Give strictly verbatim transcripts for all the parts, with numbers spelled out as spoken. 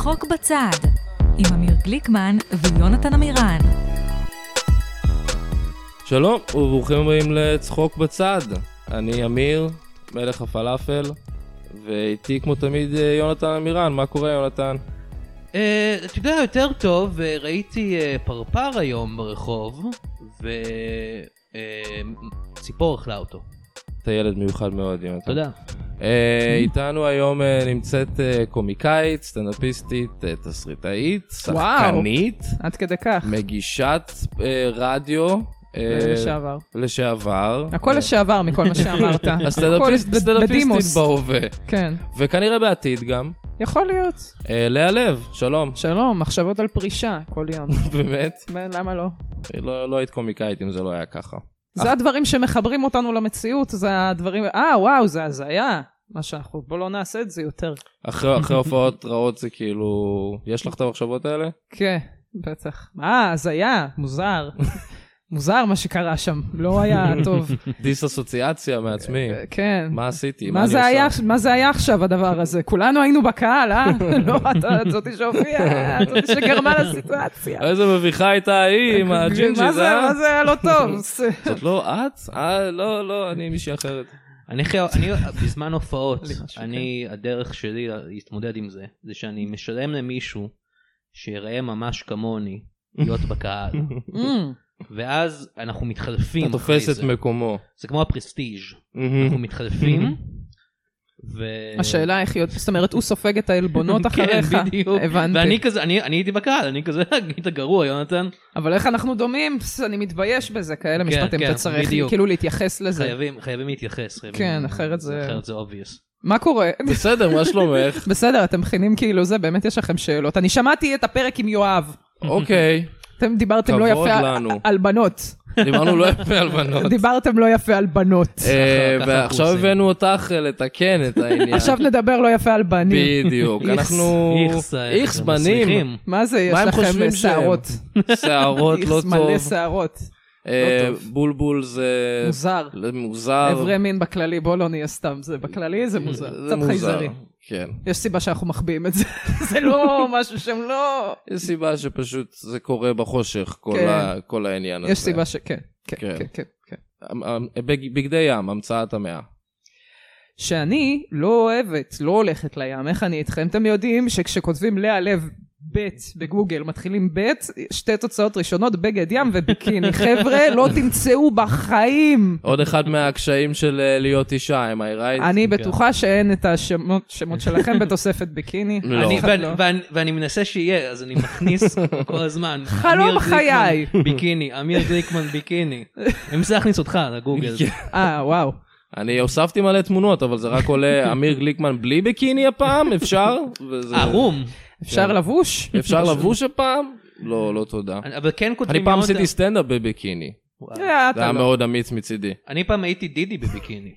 צחוק בצד, עם אמיר גליקמן ויונתן אמירן. שלום וברוכים הבאים לצחוק בצד. אני אמיר, מלך הפלאפל, ואיתי כמו תמיד יונתן אמירן. מה קורה יונתן? אתה יודע, יותר טוב, ראיתי פרפר היום ברחוב, וציפור אכלה אותו. אתה ילד מיוחד מאוד יונתן. תודה. איתנו היום נמצאת קומיקאית, סטנדאפיסטית, תסריטאית, שחקנית, עד כדי כך. מגישת רדיו. לשעבר. לשעבר. הכל לשעבר מכל מה שאמרת. הסטנדאפיסטית בהווה. כן. וכנראה בעתיד גם. יכול להיות. לאה לב, שלום. שלום, מחשבות על פרישה, כל יום. באמת? למה לא? לא היית קומיקאית אם זה לא היה ככה. זה הדברים שמחברים אותנו למציאות, זה הדברים, אה וואו, זה הזיה. מה שאנחנו, בוא לא נעשה את זה יותר. אחרי הופעות רעות זה כאילו, יש לך את המחשבות האלה? כן, בטח. אה, הזיה, מוזר. מוזר מה שקרה שם, לא היה טוב. דיס-אסוציאציה מעצמי. כן. מה עשיתי? מה זה היה, מה זה היה עכשיו הדבר הזה? כולנו היינו בקהל, אה? לא, זאתי שהופיעה, זאתי שגרמה לסיטואציה. איזה מביכה הייתה ההיא עם הג'ינג'י, מה זה, מה זה היה לא טוב? זאת לא את? אה, לא, לא, אני מישהי אחרת. אני, בזמן הופעות, אני, הדרך שלי להתמודד עם זה, זה שאני משלם למישהו שיראה ממש כמוני להיות בקהל. ואז אנחנו מתחלפים. אתה תופס את מקומו. זה כמו הפרסטיג'. אנחנו מתחלפים. השאלה איך היא, זאת אומרת, הוא סופג את העלבונות אחריך. כן, בדיוק. הבנתי. ואני כזה, אני הייתי בקהל, אני כזה, היית גרוע, יונתן. אבל איך אנחנו דומים? אני מתבייש בזה, כאלה משפטים, אתה צריך כאילו להתייחס לזה. חייבים להתייחס. כן, אחרת זה... אחרת זה obvious. מה קורה? בסדר, מה שלומך? בסדר, אתם מכינים כאילו זה, באמת יש לכם שאלות. אני שמעתי את הפרק עם יואב. אוקיי. אתם דיברתם לא יפה על בנות. דיברנו לא יפה על בנות. דיברתם לא יפה על בנות. ועכשיו הבאנו אותך לתקן את העניין. עכשיו נדבר לא יפה על בנים. בדיוק. אנחנו איכס בנים. מה זה? יש לכם שערות. שערות לא טוב. איכס מלא שערות. בולבול זה... מוזר. מוזר. אברי מין בכללי, בוא לא נהיה סתם. זה בכללי זה מוזר. קצת חייזרי. כן. יש סיבה שאנחנו מחביאים את זה. זה לא משהו שהם לא... יש סיבה שפשוט זה קורה בחושך, כל העניין הזה. יש סיבה שכן. כן, כן, כן. בגדי ים, המצאת המאה. שאני לא אוהבת, לא הולכת לים. איך אני איתכם? אתם יודעים שכשכותבים לאה לב בית בגוגל, מתחילים בית, שתי תוצאות ראשונות, בגד ים וביקיני. חבר'ה, לא תמצאו בחיים. עוד אחד מהקשיים של להיות אישה, am I right? אני בטוחה שאין את השמות שלכם בתוספת ביקיני. ואני מנסה שיהיה, אז אני מכניס כל הזמן. חלום חיי. ביקיני, אמיר גליקמן ביקיני. אני מנסה להכניס אותך לגוגל. אה, וואו. אני הוספתי מלא תמונות, אבל זה רק עולה אמיר גליקמן בלי ביקיני הפעם, אפשר? ערום. אפשר לבוש? אפשר לבוש הפעם? לא, לא תודה. אבל כן כותבים... אני פעם עשיתי סטנדאפ בביקיני. זה היה מאוד אמיץ מצידי. אני פעם הייתי דידי בביקיני.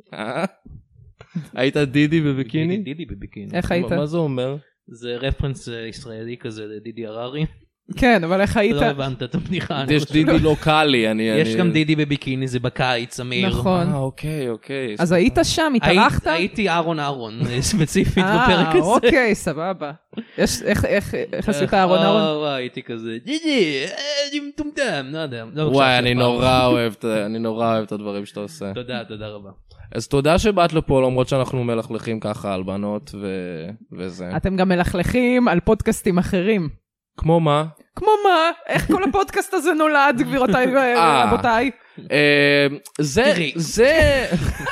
היית דידי בביקיני? הייתי דידי בביקיני. איך היית? מה זה אומר? זה רפרנס ישראלי כזה לדידי הררי. כן, אבל איך היית? לא הבנת את הפניחה. יש דידי לוקלי. יש גם דידי בביקיני, זה בקיץ, אמיר. נכון. אה, אוקיי, אוקיי. אז היית שם, התארחת? הייתי אהרון אהרון, ספציפית בפרק הזה. אה, אוקיי, סבבה. איך עשית אהרון אהרון? וואי, הייתי כזה, דידי, אני מטומטם, לא יודע. וואי, אני נורא אוהב, אני נורא אוהב את הדברים שאתה עושה. תודה, תודה רבה. אז תודה שבאת לפה, למרות שאנחנו מלכלכים ככה על בנות וזה. אתם גם מלכלכים על פודקאסטים אחרים. כמו מה? כמו מה? איך כל הפודקאסט הזה נולד, גבירותיי ורבותיי? זה, זה...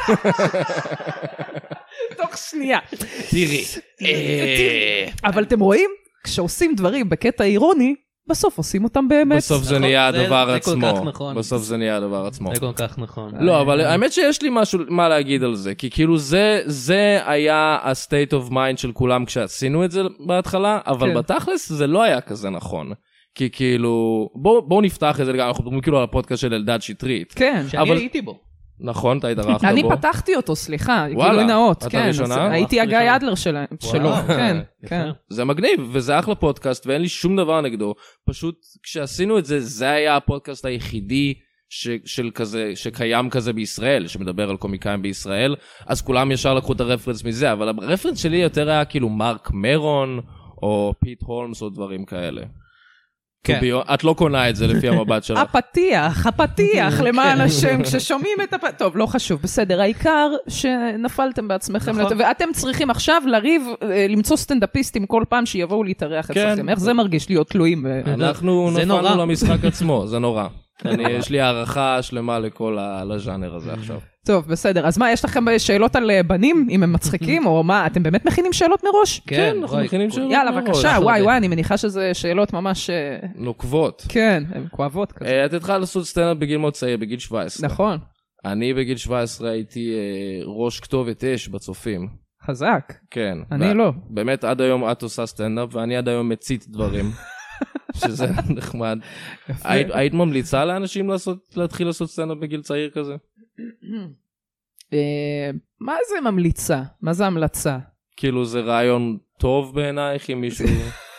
תוך שנייה. תראי. אבל אתם רואים? כשעושים דברים בקטע אירוני, בסוף עושים אותם באמת. בסוף זה נהיה הדבר עצמו. זה כל כך נכון. בסוף זה נהיה הדבר עצמו. זה כל כך נכון. לא, אבל האמת שיש לי משהו, מה להגיד על זה. כי כאילו זה, זה היה ה-state of mind של כולם כשעשינו את זה בהתחלה, אבל בתכלס זה לא היה כזה נכון. כי כאילו, בואו נפתח את זה, אנחנו מדברים כאילו על הפודקאסט של אלדד שטרית. כן. שאני הייתי בו. נכון, אתה התארחת בו. אני פתחתי אותו, סליחה, גילוי נאות. אתה ראשונה? הייתי הגיא אדלר שלו, כן, כן. זה מגניב, וזה אחלה פודקאסט, ואין לי שום דבר נגדו. פשוט כשעשינו את זה, זה היה הפודקאסט היחידי של כזה, שקיים כזה בישראל, שמדבר על קומיקאים בישראל, אז כולם ישר לקחו את הרפרנס מזה, אבל הרפרנס שלי יותר היה כאילו מרק מרון, או פיט הולמס או דברים כאלה. כן. את לא קונה את זה לפי המבט שלך. הפתיח, הפתיח, למען השם, כששומעים את הפתיח, טוב, לא חשוב, בסדר, העיקר שנפלתם בעצמכם, ואתם צריכים עכשיו לריב, למצוא סטנדאפיסטים כל פעם שיבואו להתארח אצלכם, איך זה מרגיש להיות תלויים? אנחנו נפלנו למשחק עצמו, זה נורא. יש לי הערכה שלמה לכל הז'אנר הזה עכשיו. טוב, בסדר. אז מה, יש לכם שאלות על בנים, אם הם מצחיקים, או מה, אתם באמת מכינים שאלות מראש? כן, אנחנו מכינים שאלות מראש. יאללה, בבקשה, וואי, וואי, אני מניחה שזה שאלות ממש... נוקבות. כן, הן כואבות כזה. את התחלת לעשות סטנדאפ בגיל מאוד צעיר, בגיל שבע עשרה. נכון. אני בגיל שבע עשרה הייתי ראש כתובת אש בצופים. חזק. כן. אני לא. באמת, עד היום את עושה סטנדאפ, ואני עד היום מצית דברים. שזה נחמד. היית ממליצה לאנשים להתחיל לעשות סטנדאפ בגיל צעיר כזה? מה זה ממליצה? מה זה המלצה? כאילו זה רעיון טוב בעינייך אם מישהו...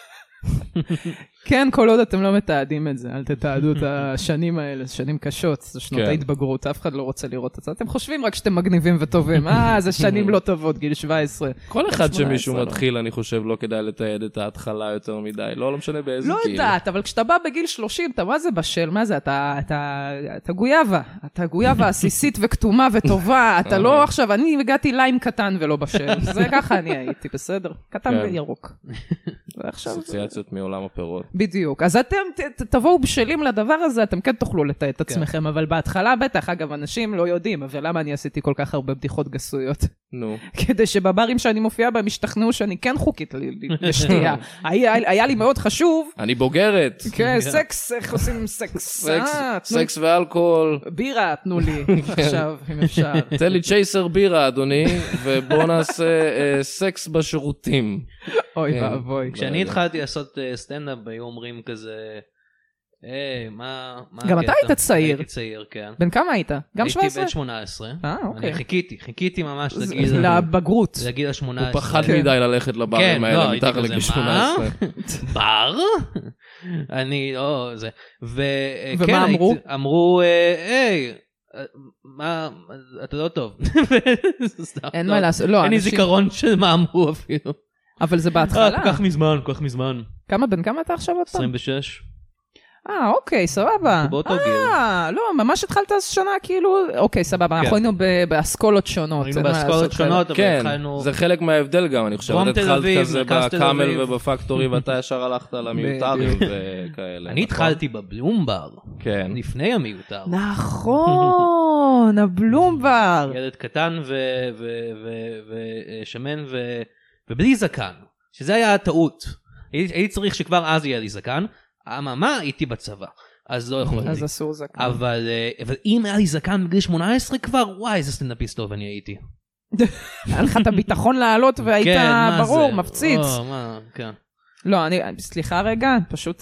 כן, כל עוד אתם לא מתעדים את זה, אל תתעדו את השנים האלה, שנים קשות, זה שנות ההתבגרות, אף אחד לא רוצה לראות את זה. אתם חושבים רק שאתם מגניבים וטובים, אה, זה שנים לא טובות, גיל שבע עשרה. כל אחד שמישהו מתחיל, אני חושב, לא כדאי לתעד את ההתחלה יותר מדי, לא, לא משנה באיזה גיל. לא יודעת, אבל כשאתה בא בגיל שלושים, אתה מה זה בשל, מה זה, אתה גויאבה, אתה גויאבה עסיסית וכתומה וטובה, אתה לא עכשיו, אני הגעתי ליים קטן ולא בשל, זה ככה אני הייתי, בסדר? קטן וירוק. אסוציאציות מעולם הפירות. בדיוק. אז אתם תבואו בשלים לדבר הזה, אתם כן תוכלו לתאר את עצמכם, אבל בהתחלה בטח, אגב, אנשים לא יודעים, אבל למה אני עשיתי כל כך הרבה בדיחות גסויות? נו. כדי שבברים שאני מופיעה בהם ישתכנעו שאני כן חוקית לשתייה. היה לי מאוד חשוב. אני בוגרת. כן, סקס, איך עושים סקס? סקס ואלכוהול. בירה, תנו לי עכשיו, אם אפשר. תן לי צ'ייסר בירה, אדוני, ובוא נעשה סקס בשירותים. אוי ואבוי. כשאני התחלתי לעשות סטנדאפ, היו אומרים כזה, היי, מה... גם אתה היית צעיר. הייתי צעיר, כן. בן כמה היית? גם שבע עשרה? הייתי בן שמונה עשרה. אה, אוקיי. אני חיכיתי, חיכיתי ממש לגיל... לבגרות. לגיל ה-שמונה עשרה. הוא פחד מדי ללכת לברים האלה, מתחת לגיל שמונה עשרה. בר? אני, לא, זה... ומה אמרו? אמרו, היי... מה, אתה לא טוב. אין מה לעשות, לא, אין לי זיכרון של מה אמרו אפילו. אבל זה בהתחלה. כל כך מזמן, כל כך מזמן. כמה, בן כמה אתה עכשיו עוד פעם? עשרים ושש. אה, אוקיי, סבבה. באותו גיל. אה, לא, ממש התחלת שנה כאילו, אוקיי, סבבה, אנחנו היינו באסכולות שונות. היינו באסכולות שונות, אבל התחלנו... זה חלק מההבדל גם, אני חושב. דרום תל אביב, כזה בקאמל ובפקטורי, ואתה ישר הלכת למיותרים וכאלה. אני התחלתי בבלומבר, לפני המיותר. נכון, הבלומבר. ילד קטן ושמן ובלי זקן, שזה היה הטעות. הייתי צריך שכבר אז יהיה לי זקן, אממה, הייתי בצבא, אז לא יכולתי. אז אסור זקן. אבל אם היה לי זקן בגיל שמונה עשרה כבר, וואי, איזה סטנדאפיסט טוב אני הייתי. היה לך את הביטחון לעלות והיית ברור, מפציץ. כן. לא, אני, סליחה רגע, פשוט...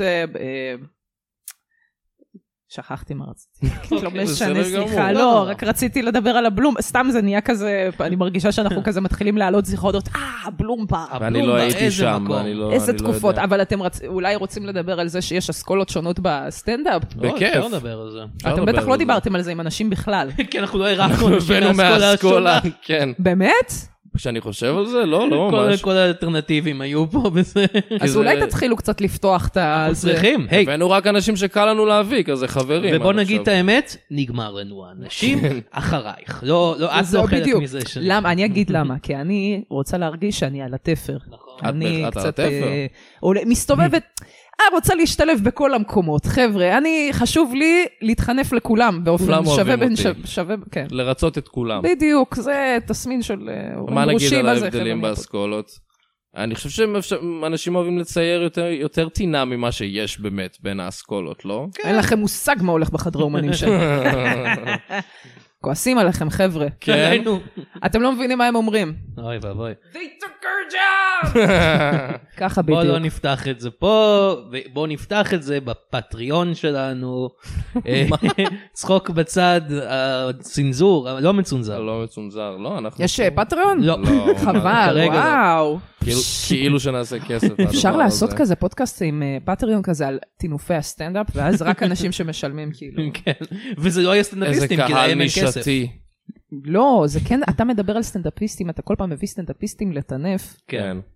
שכחתי מה רציתי. לא משנה, סליחה, לא, רק רציתי לדבר על הבלום, סתם זה נהיה כזה, אני מרגישה שאנחנו כזה מתחילים לעלות זיכרונות, אה, הבלומבר, ואני לא הייתי שם, איזה תקופות, אבל אתם אולי רוצים לדבר על זה שיש אסכולות שונות בסטנדאפ? בכיף. אפשר לדבר על זה. אתם בטח לא דיברתם על זה עם אנשים בכלל. כן, אנחנו לא הרחנו אנשים מהאסכולה. באמת? כשאני חושב על זה, לא, לא ממש. כל האלטרנטיבים היו פה בזה. אז אולי תתחילו קצת לפתוח את ה... צריכים, היי. הבאנו רק אנשים שקל לנו להביא, כזה חברים. ובוא נגיד את האמת, נגמר לנו האנשים אחרייך. לא, לא, את לא חלק מזה. למה? אני אגיד למה, כי אני רוצה להרגיש שאני על התפר. אני קצת מסתובבת... אה, רוצה להשתלב בכל המקומות. חבר'ה, אני, חשוב לי להתחנף לכולם באופן שווה בין שווה, כן. לרצות את כולם. בדיוק, זה תסמין של... מה נגיד על ההבדלים באסכולות? אני חושב שאנשים אוהבים לצייר יותר טינה ממה שיש באמת בין האסכולות, לא? אין לכם מושג מה הולך בחדרי אומנים שלנו. כועסים עליכם, חבר'ה. כן. אתם לא מבינים מה הם אומרים. אוי ואבוי. They took her job! ככה בדיוק. בואו לא נפתח את זה פה, בואו נפתח את זה בפטריון שלנו. צחוק בצד, הצנזור, לא מצונזר. לא מצונזר, לא, אנחנו... יש פטריון? לא. חבל, וואו. כאילו שנעשה כסף. אפשר לעשות כזה פודקאסט עם פטריון כזה על טינופי הסטנדאפ, ואז רק אנשים שמשלמים כאילו. כן, וזה לא יהיה סטנדאפיסטים, כי להם אין כסף. לא, זה כן, אתה מדבר על סטנדאפיסטים, אתה כל פעם מביא סטנדאפיסטים לטנף. כן.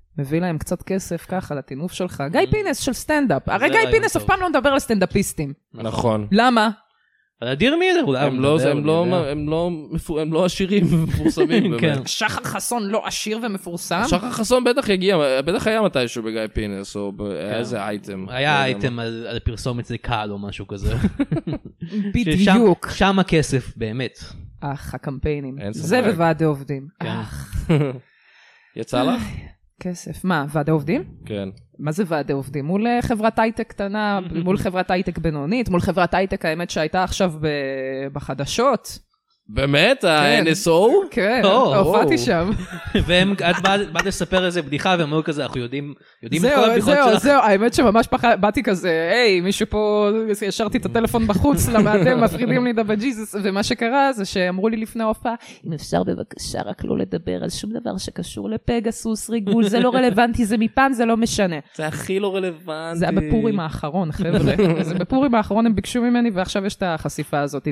מביא להם קצת כסף ככה לטינוף שלך. גיא פינס של סטנדאפ. הרי זה גיא רעיון פינס טוב. אף פעם לא מדבר על סטנדאפיסטים. נכון. למה? על אדיר מילר, אולי הם הוא לא, מדבר, הם אני לא, יודע. הם לא, מפו- הם לא עשירים ומפורסמים. כן. באמת. שחר חסון לא עשיר ומפורסם? שחר חסון בטח יגיע, בטח היה מתישהו בגיא פינס, או באיזה אייטם. לא היה יודע אייטם מה. על, על פרסומת זה קל או משהו כזה. בדיוק. ששם, שם הכסף, באמת. אך, הקמפיינים. אין ספק. זה וועדי עובדים. כן. אך, יצא לך? כסף. מה, ועדי עובדים? כן. מה זה ועדי עובדים? מול אה, חברת הייטק קטנה, מול חברת הייטק בינונית, מול חברת הייטק האמת שהייתה עכשיו ב- בחדשות. באמת? ה-אן אס או? כן, או, הופעתי או. שם. והם, את באת באת לספר איזה בדיחה, והם אמרו כזה, אנחנו יודעים, יודעים את כל זהו, הבדיחות זהו, שלך. זהו, האמת שממש פחד, באתי כזה, היי, מישהו פה, השארתי את הטלפון בחוץ, למה אתם מפרידים לי דבר ג'יזוס, ומה שקרה זה שאמרו לי לפני ההופעה, אם אפשר בבקשה רק לא לדבר על שום דבר שקשור לפגסוס, ריגול, זה לא רלוונטי, זה מפעם, זה לא משנה. זה הכי לא רלוונטי. זה היה בפורים האחרון, חבר'ה. זה בפורים האחרון הם ביקשו ממני, ועכשיו יש את החשיפה הזאת,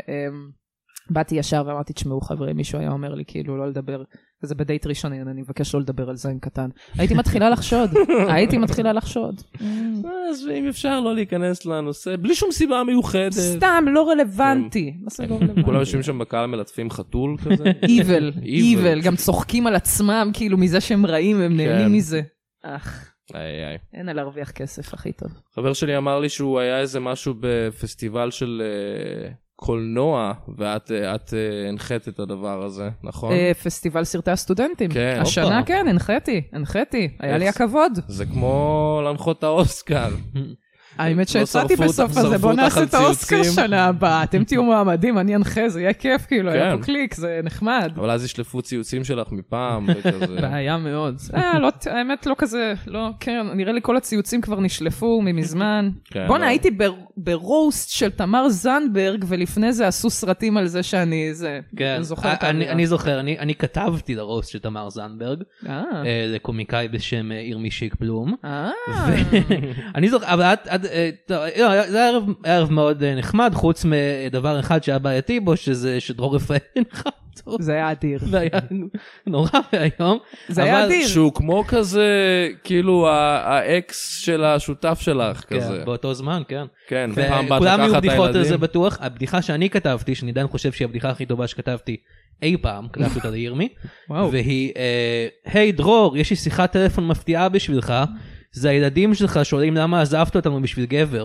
ובאתי ישר ואמרתי, תשמעו חבר'ה, מישהו היה אומר לי, כאילו, לא לדבר, וזה בדייט ראשוני, אני מבקש לא לדבר על זין קטן. הייתי מתחילה לחשוד, הייתי מתחילה לחשוד. אז אם אפשר לא להיכנס לנושא, בלי שום סיבה מיוחדת. סתם, לא רלוונטי. מה זה לא רלוונטי? כולם יושבים שם בקהל מלטפים חתול כזה. איבל, Evil. איבל, גם צוחקים על עצמם, כאילו, מזה שהם רעים, הם נהנים כן. מזה. אך, איי איי. אין על להרוויח כסף, הכי טוב. חבר שלי אמר לי שהוא היה איזה משהו בפסטיבל של אה, קולנוע, ואת אה, את, אה, הנחית את הדבר הזה, נכון? אה, פסטיבל סרטי הסטודנטים. כן. השנה הופה. כן, הנחיתי, הנחיתי, היה לי איך? הכבוד. זה כמו להנחות את האוסקר. האמת לא שהצעתי שרפו בסוף אותך- הזה, שרפו בוא אותך נעשה על את האוסקר ציוצים. שנה הבאה, אתם תהיו מועמדים, אני אנחה, זה יהיה כיף, כאילו, היה כן. פה קליק, זה נחמד. אבל אז ישלפו ציוצים שלך מפעם וכזה. בעיה מאוד. אה, לא, האמת לא כזה, לא, כן, נראה לי כל הציוצים כבר נשלפו ממזמן. כן, בוא'נה, לא. הייתי בר- ברוסט של תמר זנדברג, ולפני זה עשו סרטים על זה שאני, זה, כן, אני זוכר את אני, האמירה. אני זוכר, אני, אני כתבתי לרוסט של תמר זנדברג, אה, אה, לקומיקאי בשם אה, ירמי שיק בלום. אה, אני זוכר, אבל את, את, אה, טוב, לא, זה היה ערב, ערב מאוד אה, נחמד, חוץ מדבר אחד שהיה בעייתי בו, שזה שדרור רפאל הנחה אותו. זה היה אדיר. זה היה נורא והיום. זה היה אבל- אדיר. שהוא כמו כזה, כאילו ה- האקס של השותף שלך כזה. כן, באותו זמן, כן. כן, פעם באת וכולם היו לקחת את בדיחות על זה הילדים. בטוח. הבדיחה שאני כתבתי, שאני עדיין חושב שהיא הבדיחה הכי טובה שכתבתי אי פעם, כתבתי אותה לירמי, וואו. והיא, אה, היי דרור, יש לי שיחת טלפון מפתיעה בשבילך, זה הילדים שלך שואלים למה עזבת אותנו בשביל גבר.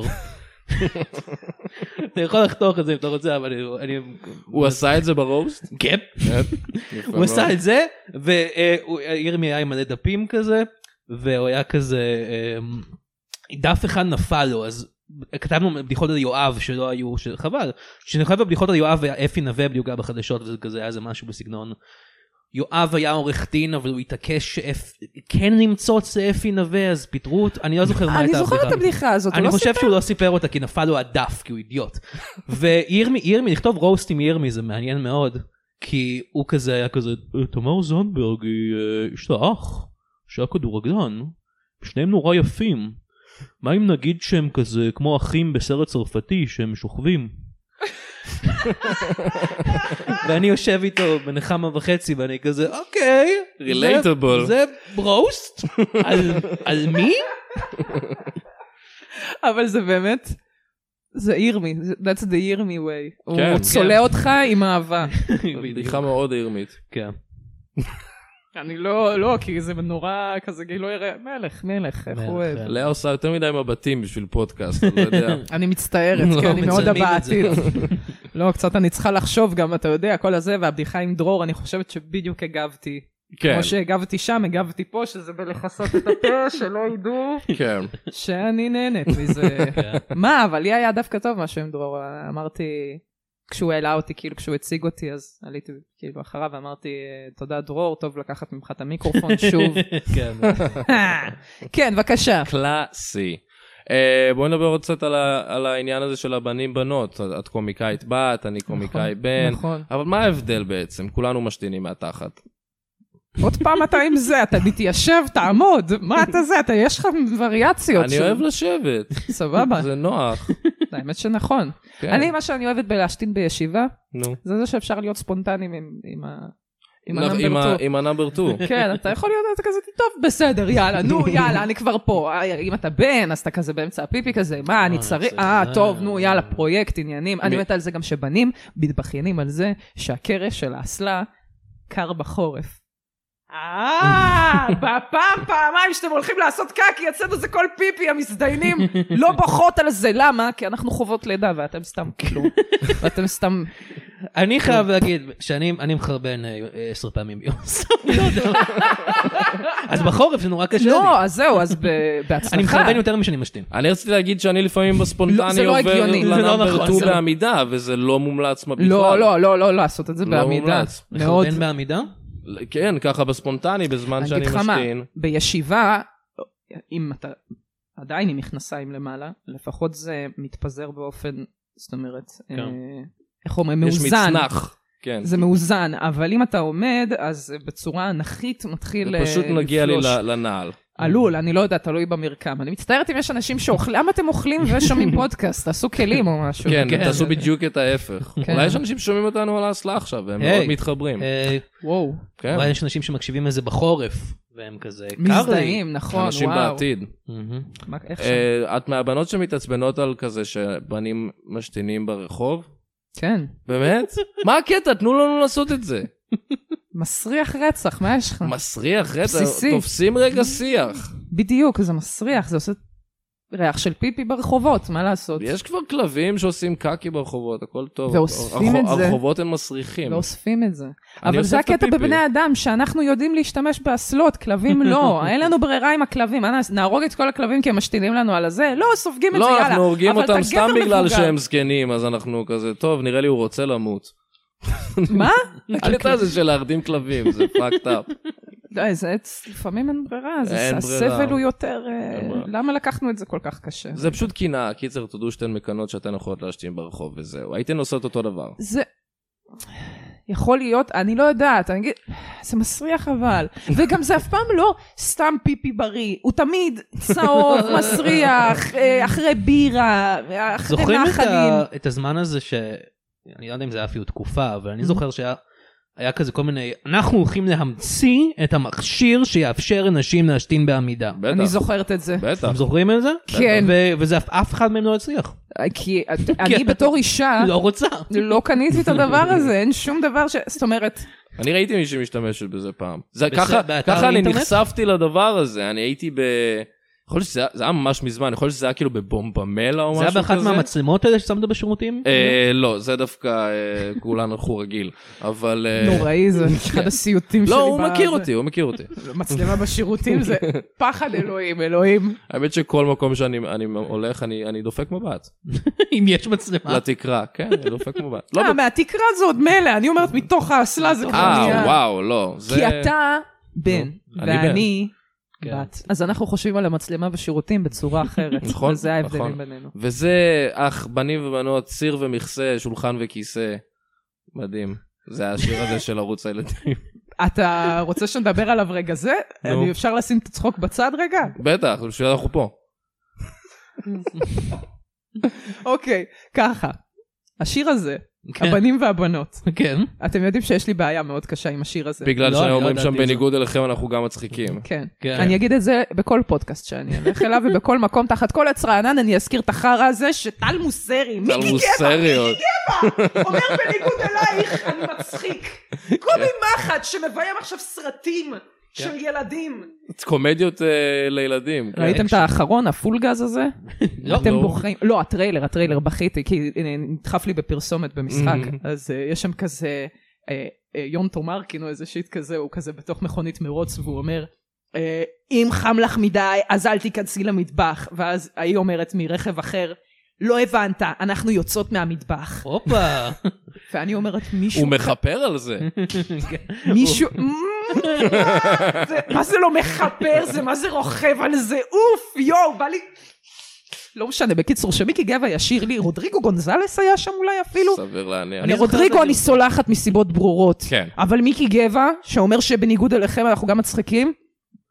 אתה יכול לחתוך את זה אם אתה רוצה, אבל אני... אני- הוא עשה את זה ברוסט? כן. יפה הוא מאוד. עשה את זה, וירמי היה עם מלא דפים כזה, והוא היה כזה, אה, דף אחד נפל לו, אז כתבנו בדיחות על יואב שלא היו, חבל, שאני חושב בבדיחות על יואב אפי נווה בדיוק היה בחדשות, וזה כזה היה איזה משהו בסגנון, יואב היה עורך דין, אבל הוא התעקש כן למצוץ לאפי נווה, אז פיטרו אותו, אני לא זוכר מה אני הייתה זוכרת את הבדיחה הזאת, הוא אני לא חושב סיפר? שהוא לא סיפר אותה, כי נפל לו הדף, כי הוא אידיוט. וירמי, ירמי, לכתוב רוסט עם ירמי זה מעניין מאוד, כי הוא כזה היה כזה, תמר זנדברג, היא, אה, יש לה אח, שהיה כדורגלן, שניהם נורא יפים. מה אם נגיד שהם כזה כמו אחים בסרט צרפתי, שהם שוכבים? ואני יושב איתו בנחמה וחצי, ואני כזה, אוקיי. Relatable. זה- זה רוסט? על- על מי? אבל זה באמת, זה ירמי, that's the ירמי way. כן. הוא צולע אותך עם אהבה. בדיחה מאוד עירמית. כן. אני לא, לא, כי זה נורא כזה גילוי יראה, מלך, מלך, איך מלך, הוא אוהב. כן. לאה עושה יותר מדי מבטים בשביל פודקאסט, אתה יודע. אני מצטערת, כי אני מאוד מצלמים את זה. הבעתית. לא, קצת אני צריכה לחשוב גם, אתה יודע, כל הזה, והבדיחה עם דרור, אני חושבת שבדיוק הגבתי. כן, כמו שהגבתי שם, הגבתי פה, שזה בלחסות את הפה, שלא ידעו כן. שאני נהנית מזה. מה, אבל לי היה דווקא טוב משהו עם דרור, אמרתי, כשהוא העלה אותי, כאילו כשהוא הציג אותי, אז עליתי כאילו אחריו, ואמרתי, תודה דרור, טוב לקחת ממך את המיקרופון שוב. כן. כן, בבקשה. קלאסי. Uh, בואי נדבר עוד קצת על, ה- על העניין הזה של הבנים בנות. את את קומיקאית בת, אני קומיקאי בן. נכון. אבל מה ההבדל בעצם? כולנו משתינים מהתחת. עוד פעם אתה עם זה, אתה מתיישב, תעמוד, מה אתה זה, אתה, יש לך וריאציות. אני של- אוהב לשבת. סבבה, זה נוח. האמת שנכון. כן. אני, מה שאני אוהבת בלהשתין בישיבה, נו. זה זה שאפשר להיות ספונטניים עם, עם ה... עם הנאמבר שתיים. כן, אתה יכול להיות כזה, טוב, בסדר, יאללה, נו, יאללה, אני כבר פה. אם אתה בן, אז אתה כזה באמצע הפיפי כזה, מה, אני צריך, אה, טוב, נו, יאללה, פרויקט, עניינים. אני מתה על זה גם שבנים מתבכיינים על זה שהקרש של האסלה קר בחורף. אה, בפעם, פעמיים שאתם הולכים לעשות קקי, אצלנו זה כל פיפי, המזדיינים לא בוכות על זה, למה? כי אנחנו חוות לידה, ואתם סתם כאילו, ואתם סתם... אני חייב להגיד, שאני מחרבן עשר פעמים ביום, אז בחורף זה נורא קשה לי. לא, אז זהו, אז בהצלחה. אני מחרבן יותר משאני משתין. אני רציתי להגיד שאני לפעמים בספונטני עובר לנאמבר שתיים בעמידה, וזה לא מומלץ בכלל. לא, לא, לא, לא לעשות את זה בעמידה. מחרבן בעמידה? כן, ככה בספונטני, בזמן שאני משתין. בישיבה, אם אתה עדיין עם מכנסיים למעלה, לפחות זה מתפזר באופן, זאת אומרת, איך אומרים, מאוזן. יש מצנח. זה מאוזן, אבל אם אתה עומד, אז בצורה אנכית מתחיל לפלוש. זה פשוט נגיע לי לנעל. עלול, אני לא יודע, תלוי במרקם. אני מצטערת אם יש אנשים שאוכלים, למה אתם אוכלים ושומעים פודקאסט? תעשו כלים או משהו. כן, תעשו בדיוק את ההפך. אולי יש אנשים ששומעים אותנו על האסלה עכשיו, והם מאוד מתחברים. וואו. אולי יש אנשים שמקשיבים לזה בחורף, והם כזה מזדהים, נכון, וואו. אנשים בעתיד. את מהבנות שמתעצבנות על כזה שבנים משתינים ברחוב? כן. באמת? מה הקטע? תנו לנו לעשות את זה. מסריח רצח, מה יש לך? מסריח רצח? תופסים רגע שיח. בדיוק, זה מסריח, זה עושה ריח של פיפי ברחובות, מה לעשות? יש כבר כלבים שעושים קקי ברחובות, הכל טוב. ואוספים את זה. הרחובות הם מסריחים. ואוספים את זה. אבל זה הקטע בבני אדם, שאנחנו יודעים להשתמש באסלות, כלבים לא. אין לנו ברירה עם הכלבים. נהרוג את כל הכלבים כי הם משתינים לנו על הזה. לא, סופגים את זה, יאללה. לא, אנחנו הורגים אותם סתם בגלל שהם זקנים, אז אנחנו כזה, טוב, נראה לי הוא רוצה למות. מה? הקטע הזה של להרדים כלבים, זה fucked up. לא, זה לפעמים אין ברירה, הסבל הוא יותר, למה לקחנו את זה כל כך קשה? זה פשוט קינה, קיצר, תודו שתן מקנות שאתן יכולות להשתין ברחוב וזהו, הייתן עושות אותו דבר. זה יכול להיות, אני לא יודעת, אני אגיד, זה מסריח אבל, וגם זה אף פעם לא סתם פיפי בריא, הוא תמיד צהוב, מסריח, אחרי בירה, אחרי נחלים. זוכרים את הזמן הזה ש... אני לא יודע אם זה היה אפילו תקופה, אבל אני זוכר שהיה היה כזה כל מיני, אנחנו הולכים להמציא את המכשיר שיאפשר אנשים להשתין בעמידה. בטח. אני זוכרת את זה. בטח. אתם זוכרים את זה? כן. וזה אף אחד מהם לא הצליח. כי אני בתור אישה, לא רוצה. לא קניתי את הדבר הזה, אין שום דבר ש... זאת אומרת... אני ראיתי מי שמשתמשת בזה פעם. ככה אני נחשפתי לדבר הזה, אני הייתי ב... יכול להיות שזה היה ממש מזמן, יכול להיות שזה היה כאילו בבומבמלה או משהו כזה. זה היה באחת מהמצלמות האלה ששמת בשירותים? לא, זה דווקא כולן הלכו רגיל, אבל... נוראי, זה אחד הסיוטים שלי. לא, הוא מכיר אותי, הוא מכיר אותי. מצלמה בשירותים זה פחד אלוהים, אלוהים. האמת שכל מקום שאני הולך, אני דופק מבט. אם יש מצלמה. לתקרה, כן, אני דופק מבט. אה, מהתקרה זה עוד מלא, אני אומרת מתוך האסלה זה כבר נהיה. אה, וואו, לא. כי אתה בן, ואני... אז אנחנו חושבים על המצלמה ושירותים בצורה אחרת. נכון, וזה ההבדלים בינינו. וזה, אך, בנים ובנות, סיר ומכסה, שולחן וכיסא. מדהים. זה השיר הזה של ערוץ הילדים. אתה רוצה שנדבר עליו רגע זה? אפשר לשים את הצחוק בצד רגע? בטח, בשביל אנחנו פה. אוקיי, ככה. השיר הזה, הבנים והבנות. כן. אתם יודעים שיש לי בעיה מאוד קשה עם השיר הזה. בגלל שאומרים שם בניגוד אליכם אנחנו גם מצחיקים. כן. אני אגיד את זה בכל פודקאסט שאני אלך אליו, ובכל מקום תחת כל הצרענן אני אזכיר את החרא הזה שטל מוסרי. מיקי גבע, מיקי גבע! אומר בניגוד אלייך, אני מצחיק. קובי מחט שמביים עכשיו סרטים של ילדים. קומדיות לילדים. ראיתם את האחרון, הפולגז הזה? אתם בוחרים, לא, הטריילר, הטריילר בכיתי, כי נדחף לי בפרסומת במשחק, אז יש שם כזה, יון תומרקין או איזה שיט כזה, הוא כזה בתוך מכונית מרוץ, והוא אומר, אם חם לך מדי, אז אל תיכנסי למטבח, ואז היא אומרת מרכב אחר, לא הבנת, אנחנו יוצאות מהמטבח. הופה. ואני אומרת, מישהו... הוא מחפר על זה. מישהו... מה זה לא מחפר? זה מה זה רוכב על זה? אוף, יואו, בא לי... לא משנה, בקיצור, שמיקי גבע ישיר לי, רודריגו גונזלס היה שם אולי אפילו? סביר להניח. רודריגו אני סולחת מסיבות ברורות. כן. אבל מיקי גבע, שאומר שבניגוד אליכם אנחנו גם מצחיקים,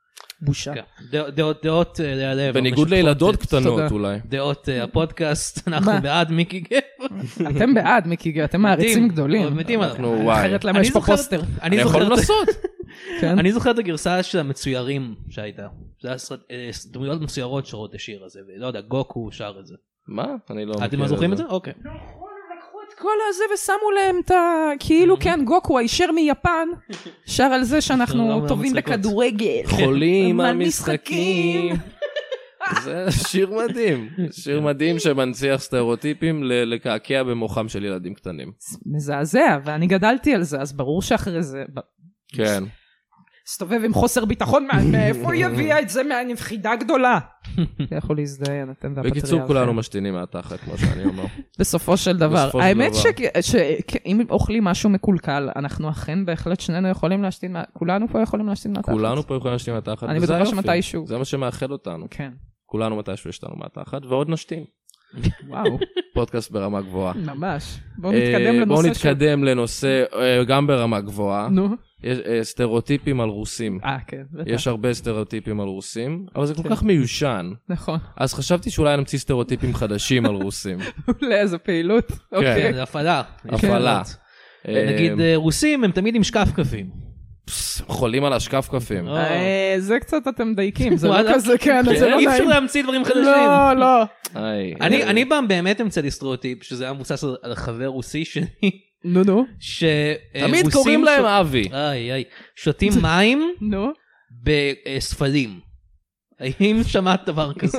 בושה. דעות להלב. בניגוד לילדות קטנות אולי. דעות הפודקאסט, אנחנו בעד מיקי גבר. אתם בעד מיקי גבר, אתם מעריצים גדולים. אנחנו וואי. אחרת למה יש פה פוסטר. אני יכול לנסות. אני זוכר את הגרסה של המצוירים שהייתה. זה היה דמויות מצוירות שרות את השיר הזה, ולא יודע, גוקו שר את זה. מה? אני לא מכיר את זה. אתם זוכרים את זה? אוקיי. כל הזה ושמו להם את ה... כאילו כן, גוקו הישר מיפן, שר על זה שאנחנו טובים בכדורגל. חולים על משחקים. זה שיר מדהים. שיר מדהים שמנציח סטריאוטיפים לקעקע במוחם של ילדים קטנים. מזעזע, ואני גדלתי על זה, אז ברור שאחרי זה... כן. סתובב עם חוסר ביטחון, מאיפה היא הביאה את זה מהנבחידה גדולה? אתה יכול להזדיין, אתם והפטריה. בקיצור, כולנו משתינים מהתחת, כמו שאני אומר. בסופו של דבר. האמת שאם אוכלים משהו מקולקל, אנחנו אכן בהחלט שנינו יכולים להשתין, כולנו פה יכולים להשתין מהתחת. כולנו פה יכולים להשתין מהתחת, אני בטוחה שמתישהו. זה מה שמאחד אותנו. כן. כולנו מתישהו יש לנו מהתחת, ועוד נשתין. וואו. פודקאסט ברמה גבוהה. ממש. בואו נתקדם לנושא. בואו נתקדם לנושא גם ברמה גבוהה. נו. יש סטריאוטיפים על רוסים. אה, כן. יש הרבה סטריאוטיפים על רוסים, אבל זה כל כך מיושן. נכון. אז חשבתי שאולי נמציא סטריאוטיפים חדשים על רוסים. לאיזה פעילות. כן, זה הפעלה. הפעלה. נגיד רוסים הם תמיד עם שקף קפים. חולים על השקף קפים. זה קצת אתם דייקים, זה לא כזה, כן, זה לא נעים. אי אפשר להמציא דברים חדשים. לא, לא. אני באמת אמצא לי סטריאוטיפ, שזה היה מבוסס על חבר רוסי שלי. נו, נו. תמיד קוראים להם אבי. איי, איי. שותים מים בספלים. האם שמעת דבר כזה?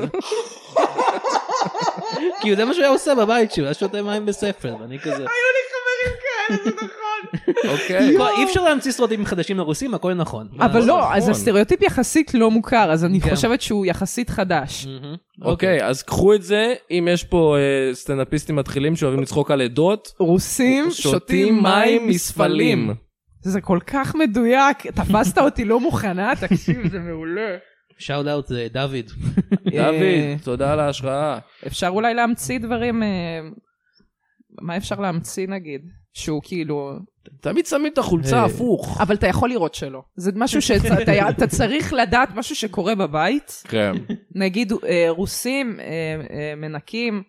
כי זה מה שהוא היה עושה בבית שהוא, היה שותה מים בספל, ואני כזה... היו לי חברים כאלה, זה נכון. אוקיי. אי אפשר להמציא סטריאוטיפים חדשים לרוסים, הכל נכון. אבל לא, אז הסטריאוטיפ יחסית לא מוכר, אז אני חושבת שהוא יחסית חדש. אוקיי, אז קחו את זה, אם יש פה סטנדאפיסטים מתחילים שאוהבים לצחוק על עדות, רוסים שותים מים מספלים. זה כל כך מדויק, תפסת אותי לא מוכנה, תקשיב, זה מעולה. שאוט אאוט דוד. דוד, תודה על ההשראה. אפשר אולי להמציא דברים, מה אפשר להמציא נגיד? שהוא כאילו... תמיד שמים את החולצה הפוך. אבל אתה יכול לראות שלא. זה משהו שאתה צריך לדעת, משהו שקורה בבית. כן. נגיד רוסים מנקים,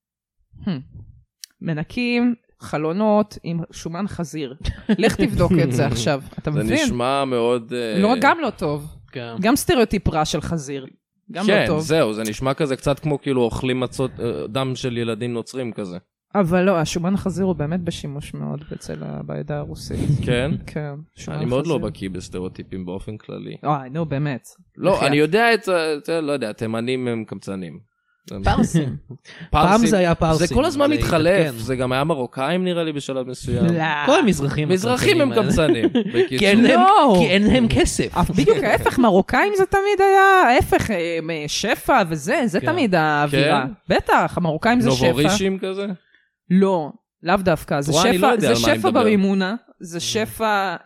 מנקים חלונות עם שומן חזיר. לך תבדוק את זה עכשיו. אתה מבין? זה נשמע מאוד... לא, גם לא טוב. גם סטריאוטיפ רע של חזיר. גם לא טוב. כן, זהו, זה נשמע כזה קצת כמו כאילו אוכלים מצות, דם של ילדים נוצרים כזה. אבל לא, השומן החזיר הוא באמת בשימוש מאוד אצל בעדה הרוסית. כן? כן. אני מאוד לא בקיא בסטריאוטיפים באופן כללי. אה, נו, באמת. לא, אני יודע את, לא יודע, תימנים הם קמצנים. פרסים. פעם זה היה פרסים. זה כל הזמן מתחלף, זה גם היה מרוקאים נראה לי בשלב מסוים. כל המזרחים. מזרחים הם קמצנים. כי אין להם כסף. בדיוק ההפך, מרוקאים זה תמיד היה, ההפך, שפע וזה, זה תמיד האווירה. בטח, המרוקאים זה שפע. נובורישים כזה? לא, לאו דווקא, זה שפע במימונה, זה שפע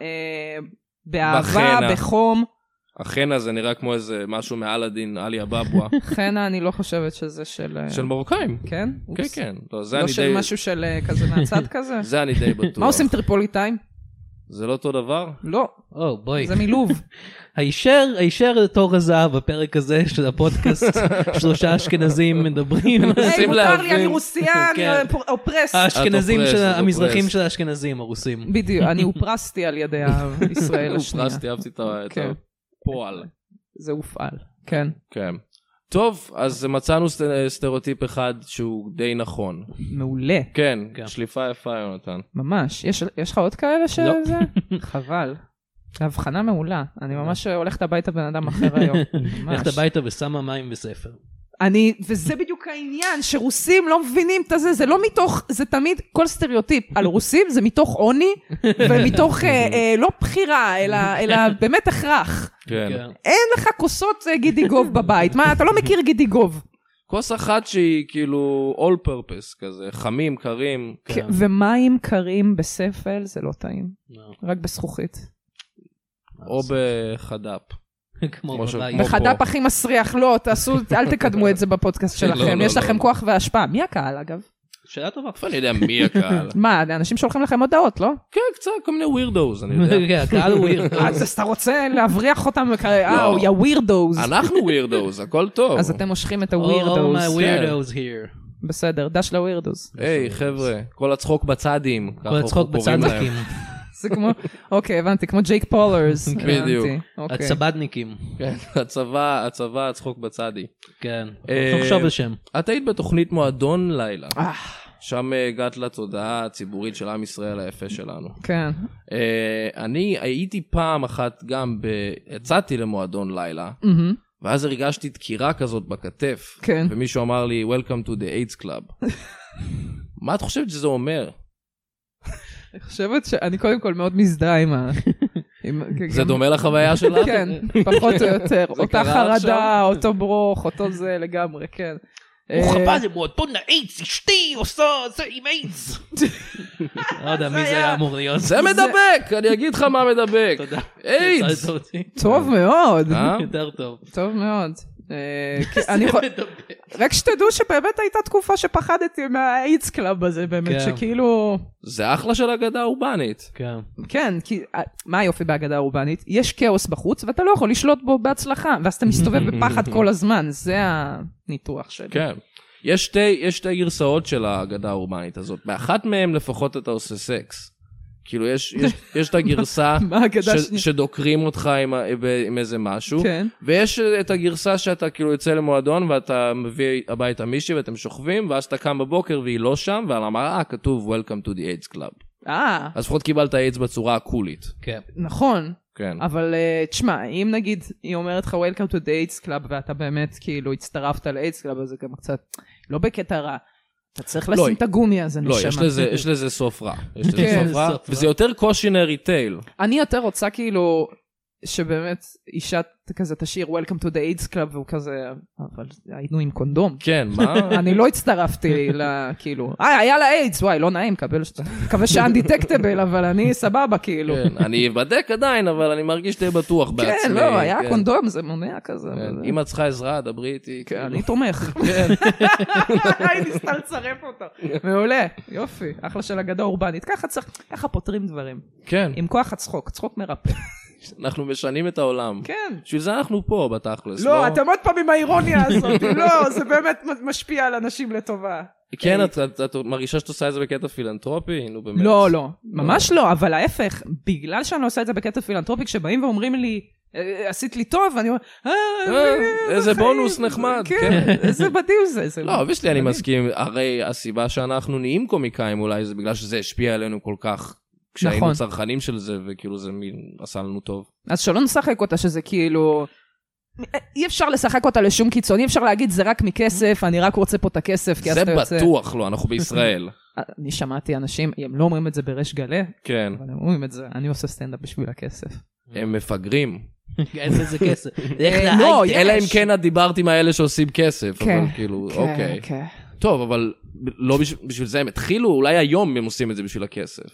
באהבה, בחום. החנה זה נראה כמו איזה משהו מעל הדין, עלי אבאבואה. חנה אני לא חושבת שזה של... של מרוקאים. כן? כן, כן. לא של משהו של כזה מהצד כזה? זה אני די בטוח. מה עושים טריפוליטאים? זה לא אותו דבר? לא. או, בואי. זה מילוב. הישר, הישר לתור הזהב בפרק הזה של הפודקאסט, שלושה אשכנזים מדברים. היי, מותר לי, אני רוסייה, אני אופרס. האשכנזים, המזרחים של האשכנזים, הרוסים. בדיוק, אני אופרסתי על ידי ישראל השנייה. אופרסתי, אהבתי את הפועל. זה הופעל, כן. כן. טוב, אז מצאנו סטריאוטיפ אחד שהוא די נכון. מעולה. כן, שליפה יפה יונתן. ממש. יש לך עוד כאלה שזה? חבל. הבחנה מעולה. אני ממש הולכת הביתה בן אדם אחר היום. הולכת הביתה ושמה מים בספר. אני, וזה בדיוק העניין, שרוסים לא מבינים את זה, זה לא מתוך, זה תמיד, כל סטריאוטיפ על רוסים זה מתוך עוני, ומתוך לא בחירה, אלא באמת הכרח. אין לך כוסות גידיגוב בבית, מה, אתה לא מכיר גידיגוב. כוס אחת שהיא כאילו all purpose כזה, חמים, קרים. ומים קרים בספל זה לא טעים, רק בזכוכית. או בחד"פ. בחד"פ הכי מסריח, לא, תעשו, אל תקדמו את זה בפודקאסט שלכם, יש לכם כוח והשפעה. מי הקהל אגב? שאלה טובה. אני יודע מי הקהל. מה, אנשים שולחים לכם הודעות, לא? כן, קצת, כל מיני ווירדוז, אני יודע. כן, הקהל הוא ווירדוז. אז אתה רוצה להבריח אותם, אה, יא ווירדוז. אנחנו ווירדוז, הכל טוב. אז אתם מושכים את All הווירדוז. my weirdos here. בסדר, דש לווירדוז. היי, חבר'ה, כל הצחוק בצדים. כל הצחוק בצדניקים. זה כמו, אוקיי, הבנתי, כמו ג'ייק פולרס. בדיוק. הצבדניקים. כן, הצבא, הצבא, הצחוק בצדי. כן, נחשוב בשם. את היית בתוכנית מועדון לילה. שם הגעת לתודעה הציבורית של עם ישראל היפה שלנו. כן. אני הייתי פעם אחת גם, יצאתי למועדון לילה, ואז הרגשתי דקירה כזאת בכתף. כן. ומישהו אמר לי, Welcome to the AIDS Club. מה את חושבת שזה אומר? אני חושבת שאני קודם כל מאוד מזדהה עם ה... זה דומה לחוויה שלך? כן, פחות או יותר. אותה חרדה, אותו ברוך, אותו זה לגמרי, כן. הוא חבא למועדון האיידס, אשתי עושה זה עם איידס. לא יודע מי זה היה אמור להיות. זה מדבק, אני אגיד לך מה מדבק. תודה. איידס. טוב מאוד. יותר טוב. טוב מאוד. רק שתדעו שבאמת הייתה תקופה שפחדתי מהאיידס קלאב הזה, באמת שכאילו... זה אחלה של אגדה אורבנית. כן, כי מה היופי באגדה אורבנית? יש כאוס בחוץ ואתה לא יכול לשלוט בו בהצלחה, ואז אתה מסתובב בפחד כל הזמן, זה הניתוח שלי. כן. יש שתי, יש שתי גרסאות של האגדה האורבנית הזאת, באחת מהם לפחות אתה עושה סקס. כאילו יש, יש, יש את הגרסה ש, שדוקרים אותך עם, עם איזה משהו, כן. ויש את הגרסה שאתה כאילו יוצא למועדון ואתה מביא הביתה מישהי ואתם שוכבים, ואז אתה קם בבוקר והיא לא שם, ועל המראה כתוב Welcome to the AIDS Club. אה. אז לפחות קיבלת AIDS בצורה הקולית. כן. נכון. כן. אבל uh, תשמע, אם נגיד היא אומרת לך Welcome to the AIDS Club, ואתה באמת כאילו הצטרפת ל-AIDS Club, אז זה גם קצת לא בקטע רע. אתה צריך לשים את הגומי הזה, נשמה. לא, יש לזה, יש לזה סוף רע. יש לזה סוף רע, וזה יותר קושינרי טייל. אני יותר רוצה כאילו, שבאמת אישה כזה תשאיר Welcome to the AIDS Club, והוא כזה, אבל היינו עם קונדום. כן, מה? אני לא הצטרפתי כאילו, אה, היה לה איידס, וואי, לא נעים, מקווה שאנדיטקטבל, אבל אני סבבה כאילו. כן, אני אבדק עדיין, אבל אני מרגיש די בטוח בעצמי. כן, לא, היה קונדום, זה מונע כזה. אם את צריכה עזרה, דברי איתי. כן, אני תומך. אני ניסתה לצרף אותו. מעולה, יופי, אחלה של אגדה אורבנית. ככה צריך, ככה פותרים דברים. כן. עם כוח הצחוק, צחוק מרפא. אנחנו משנים את העולם. כן. בשביל זה אנחנו פה בתכלס. לא, אתם עוד פעם עם האירוניה הזאת. לא, זה באמת משפיע על אנשים לטובה. כן, את מרגישה שאת עושה את זה בקטע פילנטרופי? לא, לא. ממש לא, אבל ההפך, בגלל שאני לא עושה את זה בקטע פילנטרופי, כשבאים ואומרים לי, עשית לי טוב, ואני אומר, איזה בונוס נחמד. כן, איזה בדיוק זה. לא, בשבילי אני מסכים, הרי הסיבה שאנחנו נהיים קומיקאים אולי, זה בגלל שזה השפיע עלינו כל כך. כשהיינו צרכנים של זה, וכאילו זה עשה לנו טוב. אז שלא נשחק אותה שזה כאילו, אי אפשר לשחק אותה לשום קיצון, אי אפשר להגיד זה רק מכסף, אני רק רוצה פה את הכסף. זה בטוח לא, אנחנו בישראל. אני שמעתי אנשים, הם לא אומרים את זה בריש גלי, כן. אבל הם אומרים את זה, אני עושה סטנדאפ בשביל הכסף. הם מפגרים. אין לזה כסף. לא, אלא אם כן את דיברת עם האלה שעושים כסף, אבל כאילו, אוקיי. טוב, אבל לא בשביל זה הם התחילו, אולי היום הם עושים את זה בשביל הכסף.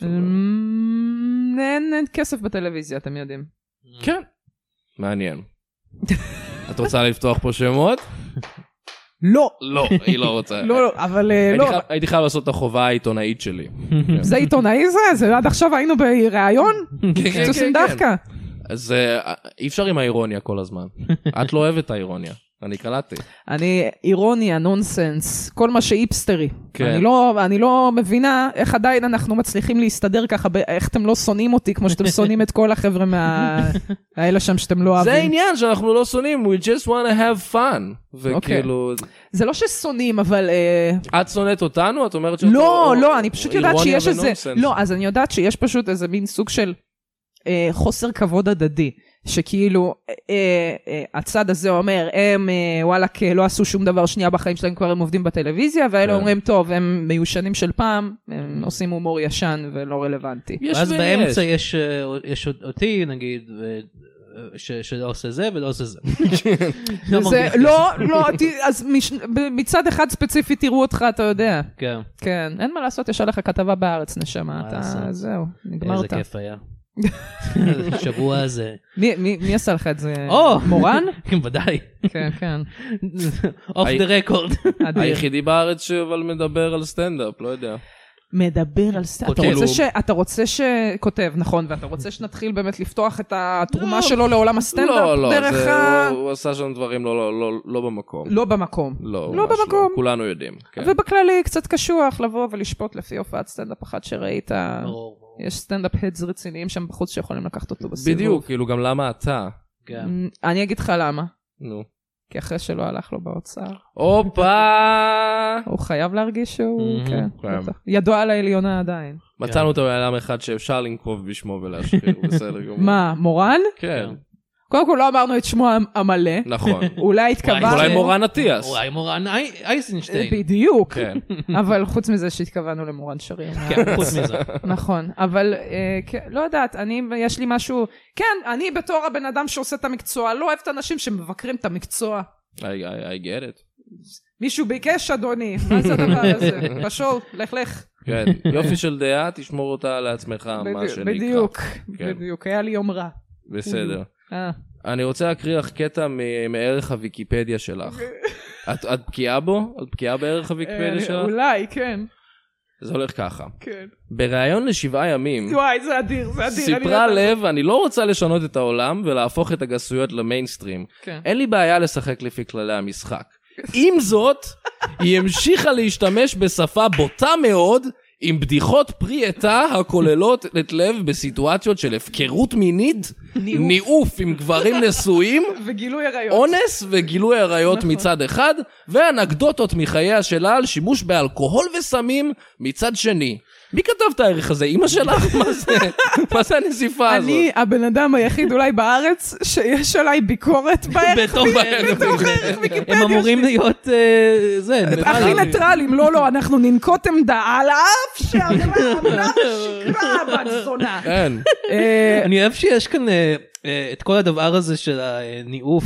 אין כסף בטלוויזיה, אתם יודעים. כן. מעניין. את רוצה לפתוח פה שמות? לא. לא, היא לא רוצה. לא, לא, אבל לא. הייתי חייב לעשות את החובה העיתונאית שלי. זה עיתונאי זה? זה עד עכשיו היינו בראיון? כן, כן, כן. אז אי אפשר עם האירוניה כל הזמן. את לא אוהבת את האירוניה. אני קלטתי. אני, אירוניה, נונסנס, כל מה שאיפסטרי. אני לא, אני לא מבינה איך עדיין אנחנו מצליחים להסתדר ככה, איך אתם לא שונאים אותי, כמו שאתם שונאים את כל החבר'ה מהאלה שם שאתם לא אוהבים. זה העניין שאנחנו לא שונאים, we just want to have fun. וכאילו... זה לא ששונאים, אבל... את שונאת אותנו? את אומרת שאתה... לא, לא, אני פשוט יודעת שיש איזה... לא, אז אני יודעת שיש פשוט איזה מין סוג של חוסר כבוד הדדי. שכאילו אה, אה, הצד הזה אומר, הם אה, וואלק לא עשו שום דבר שנייה בחיים שלהם, כבר הם עובדים בטלוויזיה, ואלה yeah. אומרים, טוב, הם מיושנים של פעם, הם עושים הומור ישן ולא רלוונטי. ואז באמצע יש, יש אותי, נגיד, ו... ש, שלא עושה זה ולא עושה זה. זה לא, לא, אז מש, מצד אחד ספציפי תראו אותך, אתה יודע. כן. כן, אין מה לעשות, יש עליך כתבה בארץ, נשמה, אתה, זהו, נגמרת. איזה כיף היה. שבוע הזה. מי עשה לך את זה? או! מורן? ודאי. כן, כן. אוף דה רקורד. היחידי בארץ שאבל מדבר על סטנדאפ, לא יודע. מדבר על סטנדאפ. אתה רוצה שכותב, נכון, ואתה רוצה שנתחיל באמת לפתוח את התרומה שלו לעולם הסטנדאפ? לא, לא, הוא עשה שם דברים לא במקום. לא במקום. לא במקום. כולנו יודעים. ובכללי קצת קשוח לבוא ולשפוט לפי הופעת סטנדאפ אחת שראית. יש סטנדאפ הדס רציניים שם בחוץ שיכולים לקחת אותו בסיבוב. בדיוק, כאילו גם למה אתה? אני אגיד לך למה. נו. כי אחרי שלא הלך לו באוצר. אופה! הוא חייב להרגיש שהוא, כן. ידוע על העליונה עדיין. מצאנו את העולם אחד שאפשר לנקוב בשמו ולהשחיר, בסדר גמור. מה, מורן? כן. קודם כל לא אמרנו את שמו המלא. נכון. אולי התכוונו... אולי מורן אטיאס. אולי מורן אייזנשטיין. בדיוק. אבל חוץ מזה שהתכוונו למורן שריר. כן, חוץ מזה. נכון. אבל לא יודעת, אני, יש לי משהו... כן, אני בתור הבן אדם שעושה את המקצוע, לא אוהב את האנשים שמבקרים את המקצוע. I get it. מישהו ביקש, אדוני. מה זה הדבר הזה? פשוט, לך לך. כן, יופי של דעה, תשמור אותה לעצמך, מה שנקרא. בדיוק, בדיוק. היה לי יום רע. בסדר. אני רוצה להקריא לך קטע מערך הוויקיפדיה שלך. את בקיאה בו? את בקיאה בערך הוויקיפדיה שלך? אולי, כן. זה הולך ככה. כן. בראיון לשבעה ימים, וואי, זה אדיר, זה אדיר. סיפרה לב, אני לא רוצה לשנות את העולם ולהפוך את הגסויות למיינסטרים. אין לי בעיה לשחק לפי כללי המשחק. עם זאת, היא המשיכה להשתמש בשפה בוטה מאוד, עם בדיחות פרי עטה הכוללות את לב בסיטואציות של הפקרות מינית, ניאוף עם גברים נשואים, וגילוי עריות. אונס וגילוי עריות מצד אחד, ואנקדוטות מחייה שלה על שימוש באלכוהול וסמים מצד שני. מי כתב את הערך הזה? אמא שלך? מה זה? מה זה הנזיפה הזאת? אני הבן אדם היחיד אולי בארץ שיש עליי ביקורת בערך ויקיפדיה. הם אמורים להיות זה. הכי ניטרלים, לא לא, אנחנו ננקוט עמדה על אף שהעמדה שקרה בזונה. כן. אני אוהב שיש כאן את כל הדבר הזה של הניאוף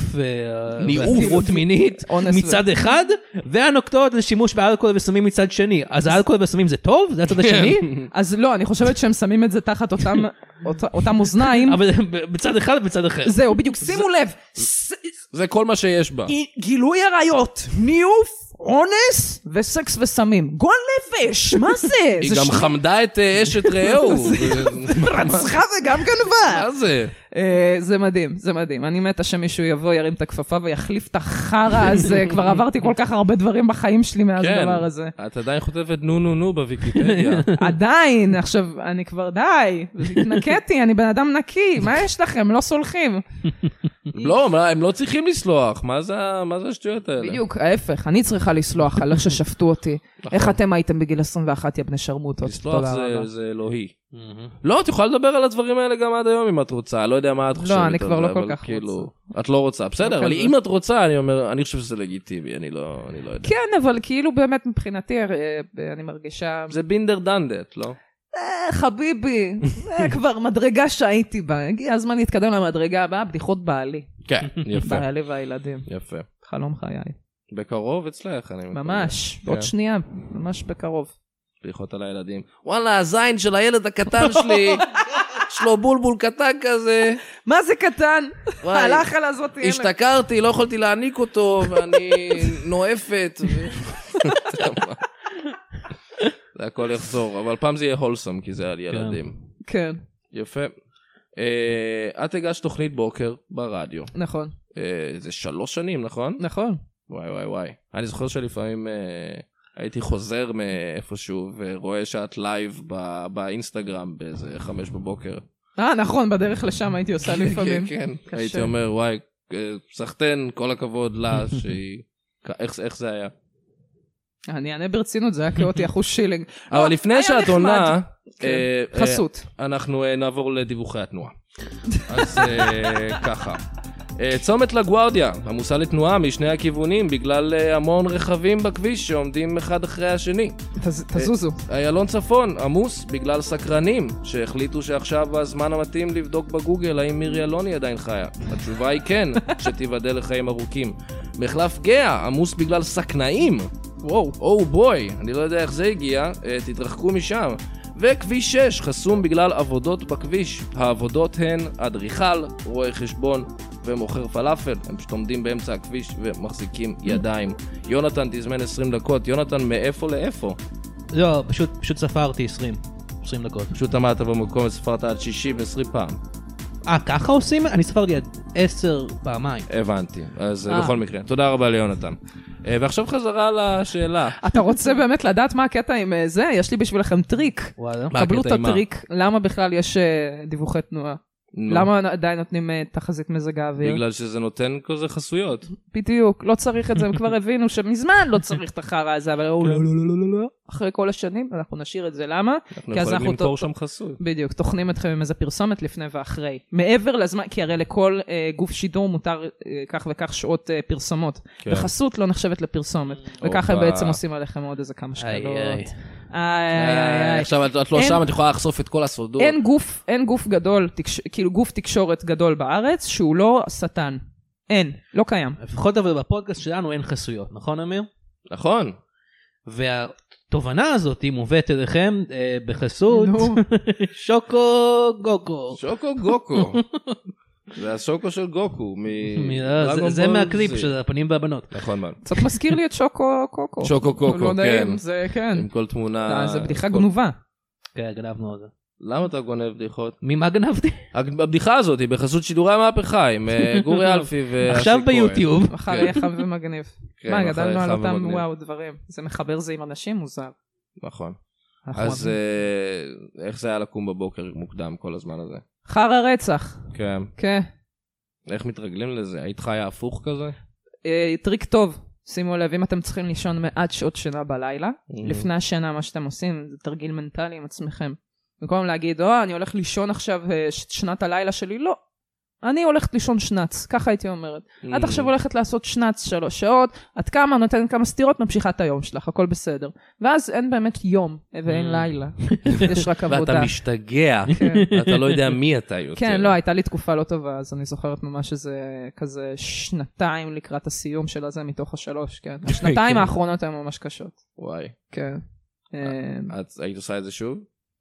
והפקרות מינית מצד אחד, והנוקטות לשימוש באלכוהול וסמים מצד שני. אז האלכוהול וסמים זה טוב? זה הצד השני? אז לא, אני חושבת שהם שמים את זה תחת אותם אוזניים. אבל בצד אחד ובצד אחר. זהו, בדיוק, שימו לב. זה כל מה שיש בה. גילוי עריות, ניאוף, אונס וסקס וסמים. גועל נפש, מה זה? היא גם חמדה את אשת רעהו. רצחה וגם גנבה. מה זה? זה מדהים, זה מדהים. אני מתה שמישהו יבוא, ירים את הכפפה ויחליף את החרא הזה. כבר עברתי כל כך הרבה דברים בחיים שלי מאז הדבר הזה. את עדיין חוטפת נו נו נו בוויקיפדיה. עדיין, עכשיו, אני כבר די. התנקטי, אני בן אדם נקי. מה יש לכם? לא סולחים. לא, הם לא צריכים לסלוח. מה זה השטויות האלה? בדיוק, ההפך. אני צריכה לסלוח על איך ששפטו אותי. איך אתם הייתם בגיל עשרים ואחת, יא בני שרמוטות? לסלוח זה אלוהי. לא, את יכולה לדבר על הדברים האלה גם עד היום אם את רוצה. לא יודע מה את חושבת. לא, אני כבר לא כל כך רוצה. את לא רוצה, בסדר, אבל אם את רוצה, אני אומר, אני חושב שזה לגיטיבי, אני לא יודע. כן, אבל כאילו באמת מבחינתי, אני מרגישה... זה בינדר דנדט, לא? חביבי, זה כבר מדרגה שהייתי בה. הגיע הזמן להתקדם למדרגה הבאה, בדיחות בעלי. כן, יפה. בעלי והילדים. יפה. חלום חיי. בקרוב אצלך, אני מקווה. ממש, בעוד שנייה, ממש בקרוב. בדיחות על הילדים. וואלה, הזין של הילד הקטן שלי, יש לו בולבול קטן כזה. מה זה קטן? הלך על הזאת ילד. השתכרתי, לא יכולתי להעניק אותו, ואני נואפת. זה הכל יחזור, אבל פעם זה יהיה הולסם, כי זה על ילדים. כן. יפה. את הגשת תוכנית בוקר ברדיו. נכון. זה שלוש שנים, נכון? נכון. וואי וואי וואי. אני זוכר שלפעמים הייתי חוזר מאיפשהו, ורואה שאת לייב באינסטגרם באיזה חמש בבוקר. אה, נכון, בדרך לשם הייתי עושה לפעמים. כן, כן. הייתי אומר, וואי, סחטן, כל הכבוד לה, שהיא... איך זה היה? אני אענה ברצינות, זה היה כאותי אחוז שילינג. אבל לפני שאת עונה, חסות. אנחנו נעבור לדיווחי התנועה. אז ככה. צומת לגוארדיה, עמוסה לתנועה משני הכיוונים בגלל המון רכבים בכביש שעומדים אחד אחרי השני. תזוזו. איילון צפון, עמוס בגלל סקרנים שהחליטו שעכשיו הזמן המתאים לבדוק בגוגל האם מירי אלוני עדיין חיה. התשובה היא כן, שתיבדל לחיים ארוכים. מחלף גאה, עמוס בגלל סכנאים. וואו, או בוי, אני לא יודע איך זה הגיע, תתרחקו משם. וכביש שש חסום בגלל עבודות בכביש. העבודות הן אדריכל, רואה חשבון ומוכר פלאפל. הם פשוט עומדים באמצע הכביש ומחזיקים ידיים. יונתן תזמן עשרים דקות. יונתן, מאיפה לאיפה? לא, פשוט, פשוט ספרתי עשרים. עשרים דקות. פשוט עמדת במקום וספרת עד שישים עשרים פעם. אה, ככה עושים? אני ספרתי עד עשר פעמיים. הבנתי. אז 아. בכל מקרה. תודה רבה ליונתן. ועכשיו חזרה לשאלה. אתה רוצה באמת לדעת מה הקטע עם זה? יש לי בשבילכם טריק. וואלה. קבלו את הטריק. למה בכלל יש דיווחי תנועה? למה עדיין נותנים תחזית מזג האוויר? בגלל שזה נותן כזה חסויות. בדיוק, לא צריך את זה, הם כבר הבינו שמזמן לא צריך את החרא הזה, אבל לא, לא, לא, לא, לא, אחרי כל השנים אנחנו נשאיר את זה, למה? אנחנו יכולים למכור שם חסוי. בדיוק, תוכנים אתכם עם איזה פרסומת לפני ואחרי. מעבר לזמן, כי הרי לכל גוף שידור מותר כך וכך שעות פרסומות, וחסות לא נחשבת לפרסומת, וככה הם בעצם עושים עליכם עוד איזה כמה שקלות. עכשיו את לא שם, את יכולה לחשוף את כל הסודות. אין גוף גדול, כאילו גוף תקשורת גדול בארץ, שהוא לא שטן. אין, לא קיים. לפחות אבל בפודקאסט שלנו אין חסויות, נכון אמיר? נכון. והתובנה הזאת היא מובאת אליכם אה, בחסות שוקו גוקו. שוקו גוקו. זה השוקו של גוקו. זה, זה מהקליפ של הפנים והבנות. נכון מאוד. קצת מזכיר לי את שוקו קוקו. שוקו קוקו, לא כן. נעים, זה כן. עם כל תמונה. זה בדיחה גנובה. כן, גנבנו את זה. למה אתה גונב בדיחות? ממה גנבתי? הבדיחה הזאת היא בחסות שידורי המהפכה עם גורי אלפי ואשי כהן. עכשיו ביוטיוב. מחר יהיה חם ומגניב. מה, גדלנו על אותם וואו דברים. זה מחבר זה עם אנשים מוזר. נכון. אז איך זה היה לקום בבוקר מוקדם כל הזמן הזה? חר הרצח. כן. כן. איך מתרגלים לזה? היית חיה הפוך כזה? טריק טוב. שימו לב, אם אתם צריכים לישון מעט שעות שינה בלילה, לפני השינה מה שאתם עושים, זה תרגיל מנטלי עם עצמכם. במקום להגיד, או, אני הולך לישון עכשיו שנת הלילה שלי, לא. אני הולכת לישון שנץ, ככה הייתי אומרת. את עכשיו הולכת לעשות שנץ שלוש שעות, את כמה, נותנת כמה סתירות, ממשיכה את היום שלך, הכל בסדר. ואז אין באמת יום, ואין לילה. יש רק עבודה. ואתה משתגע, אתה לא יודע מי אתה יותר. כן, לא, הייתה לי תקופה לא טובה, אז אני זוכרת ממש שזה כזה שנתיים לקראת הסיום של הזה מתוך השלוש, כן. השנתיים האחרונות הן ממש קשות. וואי. כן. את היית עושה את זה שוב?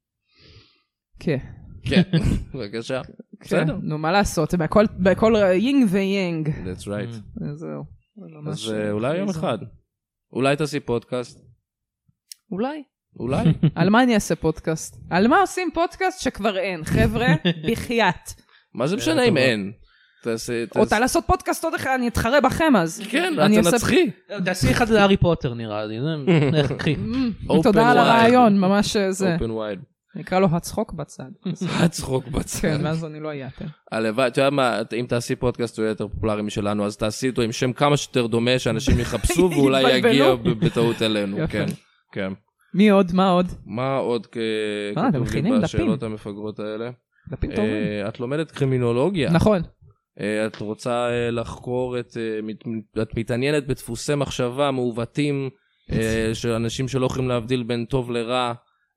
כן. כן, בבקשה. בסדר. נו, מה לעשות? בכל יינג ויינג. That's right. זהו. אז אולי יום אחד. אולי תעשי פודקאסט. אולי. אולי. על מה אני אעשה פודקאסט? על מה עושים פודקאסט שכבר אין? חבר'ה, בחייאת. מה זה משנה אם אין? אותה לעשות פודקאסט עוד אחד, אני אתחרה בכם אז. כן, אתה נצחי. תעשי אחד להארי פוטר נראה לי. תודה על הרעיון, ממש זה. Open wide. נקרא לו הצחוק בצד. הצחוק בצד. כן, ואז אני לא אייתה. הלוואי, אתה יודע מה, אם תעשי פודקאסט הוא יותר פופולרי משלנו, אז תעשי אותו עם שם כמה שיותר דומה, שאנשים יחפשו ואולי יגיע בטעות אלינו. כן, כן. מי עוד? מה עוד? מה עוד כתוב לי בשאלות המפגרות האלה? דפים טובים. את לומדת קרימינולוגיה. נכון. את רוצה לחקור את, את מתעניינת בדפוסי מחשבה מעוותים, של אנשים שלא יכולים להבדיל בין טוב לרע,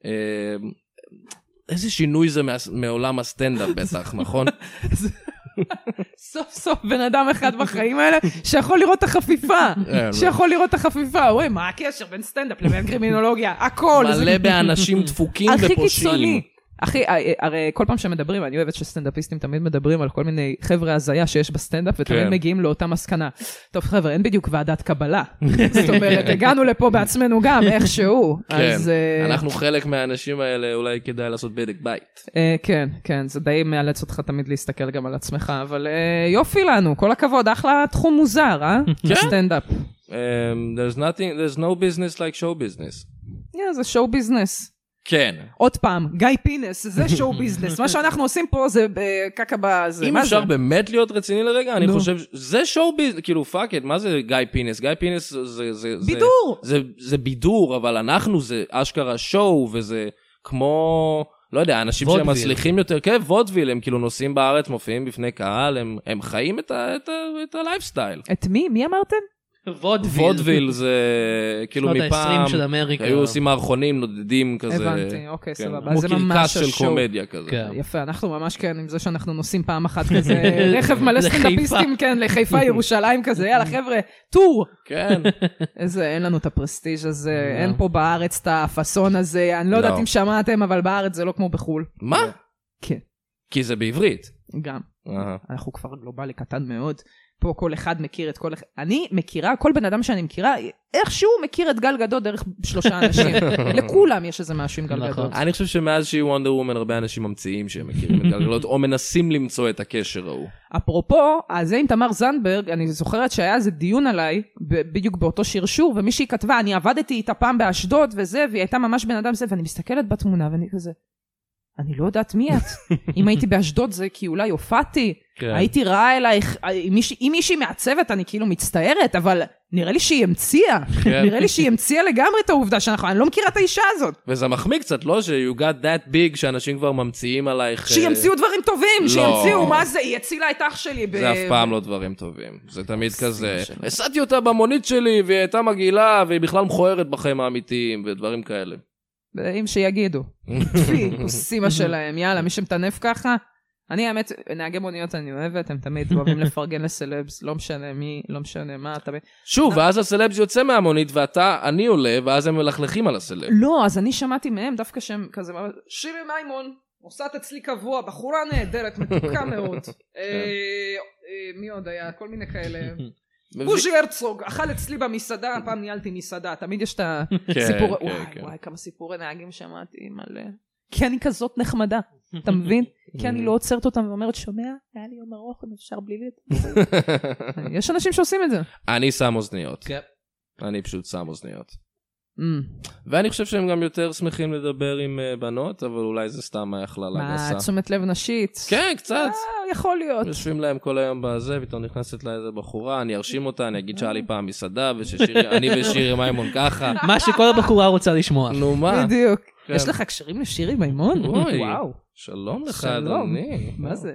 איזה שינוי זה מעולם הסטנדאפ בטח, נכון? סוף סוף בן אדם אחד בחיים האלה שיכול לראות את החפיפה, שיכול לראות את החפיפה, וואי, מה הקשר בין סטנדאפ לבין קרימינולוגיה? הכל. מלא באנשים דפוקים ופושעים. הכי קיצוני. אחי, הרי כל פעם שמדברים, אני אוהבת שסטנדאפיסטים תמיד מדברים על כל מיני חבר'ה הזיה שיש בסטנדאפ, ותמיד מגיעים לאותה מסקנה. טוב חבר'ה, אין בדיוק ועדת קבלה. זאת אומרת, הגענו לפה בעצמנו גם, איכשהו. כן, אנחנו חלק מהאנשים האלה, אולי כדאי לעשות בדק בית. כן, כן, זה די מאלץ אותך תמיד להסתכל גם על עצמך, אבל יופי לנו, כל הכבוד, אחלה תחום מוזר, אה? סטנדאפ. There's nothing, there's no business like show business. Yeah, זה show business. כן. עוד פעם, גיא פינס, זה שואו ביזנס. מה שאנחנו עושים פה זה בקקה בזה. אם אפשר באמת להיות רציני לרגע, אני חושב, זה שואו ביזנס, כאילו פאק את, מה זה גיא פינס? גיא פינס זה... בידור. זה בידור, אבל אנחנו זה אשכרה שואו, וזה כמו, לא יודע, אנשים שהם מצליחים יותר, כן, וודוויל, הם כאילו נוסעים בארץ, מופיעים בפני קהל, הם חיים את הלייפסטייל. את מי? מי אמרתם? וודוויל. וודוויל זה כאילו שנות מפעם, ה-עשרים של אמריקה. היו עושים מערכונים נודדים כזה. הבנתי, אוקיי, כן, סבבה. כמו זה ממש קרקס של השואו. קומדיה כזה. כן. יפה, אנחנו ממש כן, עם זה שאנחנו נוסעים פעם אחת כזה, רכב מלא לחיפה. סטנדאפיסטים, כן, לחיפה, ירושלים כזה, יאללה חבר'ה, טור. כן. איזה, אין לנו את הפרסטיג' הזה, לא. אין פה בארץ את הפאסון הזה, אני לא לא. יודעת אם שמעתם, אבל בארץ זה לא כמו בחול. מה? כן, כי זה בעברית. גם. אהה. אנחנו כבר גלובלי קטן מאוד. פה כל אחד מכיר את כל אחד. אני מכירה, כל בן אדם שאני מכירה, איכשהו מכיר את גל גדות דרך שלושה אנשים. לכולם יש איזה משהו עם גל נכון. גדות. אני חושב שמאז שהיא וונדר וומן הרבה אנשים ממציאים שהם מכירים את גלגלות, או מנסים למצוא את הקשר ההוא. אפרופו, אז זה עם תמר זנדברג, אני זוכרת שהיה איזה דיון עליי, ב- בדיוק באותו שרשור, ומישהי כתבה, אני עבדתי איתה פעם באשדוד וזה, והיא הייתה ממש בן אדם זה, ואני מסתכלת בתמונה, ואני כזה, אני לא יודעת מי את. אם הייתי באשדוד זה כי אולי הופעתי, כן. הייתי רעה אלייך, אם מישהי, אם מישהי מעצבת אני כאילו מצטערת, אבל נראה לי שהיא המציאה, כן. נראה לי שהיא המציאה לגמרי את העובדה שאנחנו, אני לא מכירה את האישה הזאת. וזה מחמיא קצת, לא? ש- you got that big, שאנשים כבר ממציאים עלייך... אה, שימציאו דברים טובים, לא. שימציאו, מה זה, היא הצילה את אח שלי. ב- זה אף פעם לא דברים טובים. זה תמיד כזה, שלה. הסעתי אותה במונית שלי, והיא הייתה מגעילה, והיא בכלל מכוערת בחיים האמיתיים, ודברים כאלה. אם שיגידו. פי, כוסימה שלהם, יאללה, מי שמטנף ככה. אני האמת, נהגי מוניות אני אוהבת, הם תמיד אוהבים לפרגן לסלבס, לא משנה מי, לא משנה מה, אתה... שוב, ואז הסלבס יוצא מהמונית, ואתה, אני עולה, ואז הם מלכלכים על הסלב. לא, אז אני שמעתי מהם דווקא שהם כזה, שירי מימון, עושת אצלי קבוע, בחורה נהדרת, מתוקה מאוד. אה, אה, מי עוד היה? כל מיני כאלה. בוז'י הרצוג, אכל אצלי במסעדה, הפעם ניהלתי מסעדה, תמיד יש את הסיפור, כן, וואי כן. וואי, כמה סיפורי נהגים שמעתי, מלא. כי אני כזאת נחמדה, אתה מבין? כי אני לא עוצרת אותם ואומרת, שומע? היה לי יום ארוך, אם אפשר בלי לי. יש אנשים שעושים את זה. אני שם אוזניות. כן. אני פשוט שם אוזניות. Mm. ואני חושב שהם גם יותר שמחים לדבר עם אה, בנות, אבל אולי זה סתם הכללה מה, גסה. תשומת לב נשית? כן, קצת. אה, יכול להיות. יושבים להם כל היום בזה, פתאום נכנסת לה איזה בחורה, אני ארשים אותה, אני אגיד שהיה לי פעם מסעדה, ושאני ושירי מימון ככה. מה שכל הבחורה רוצה לשמוע. נו מה? בדיוק. כן. יש לך קשרים לשירי מימון? אוי. וואו. שלום לך, שלום. אדוני. מה זה?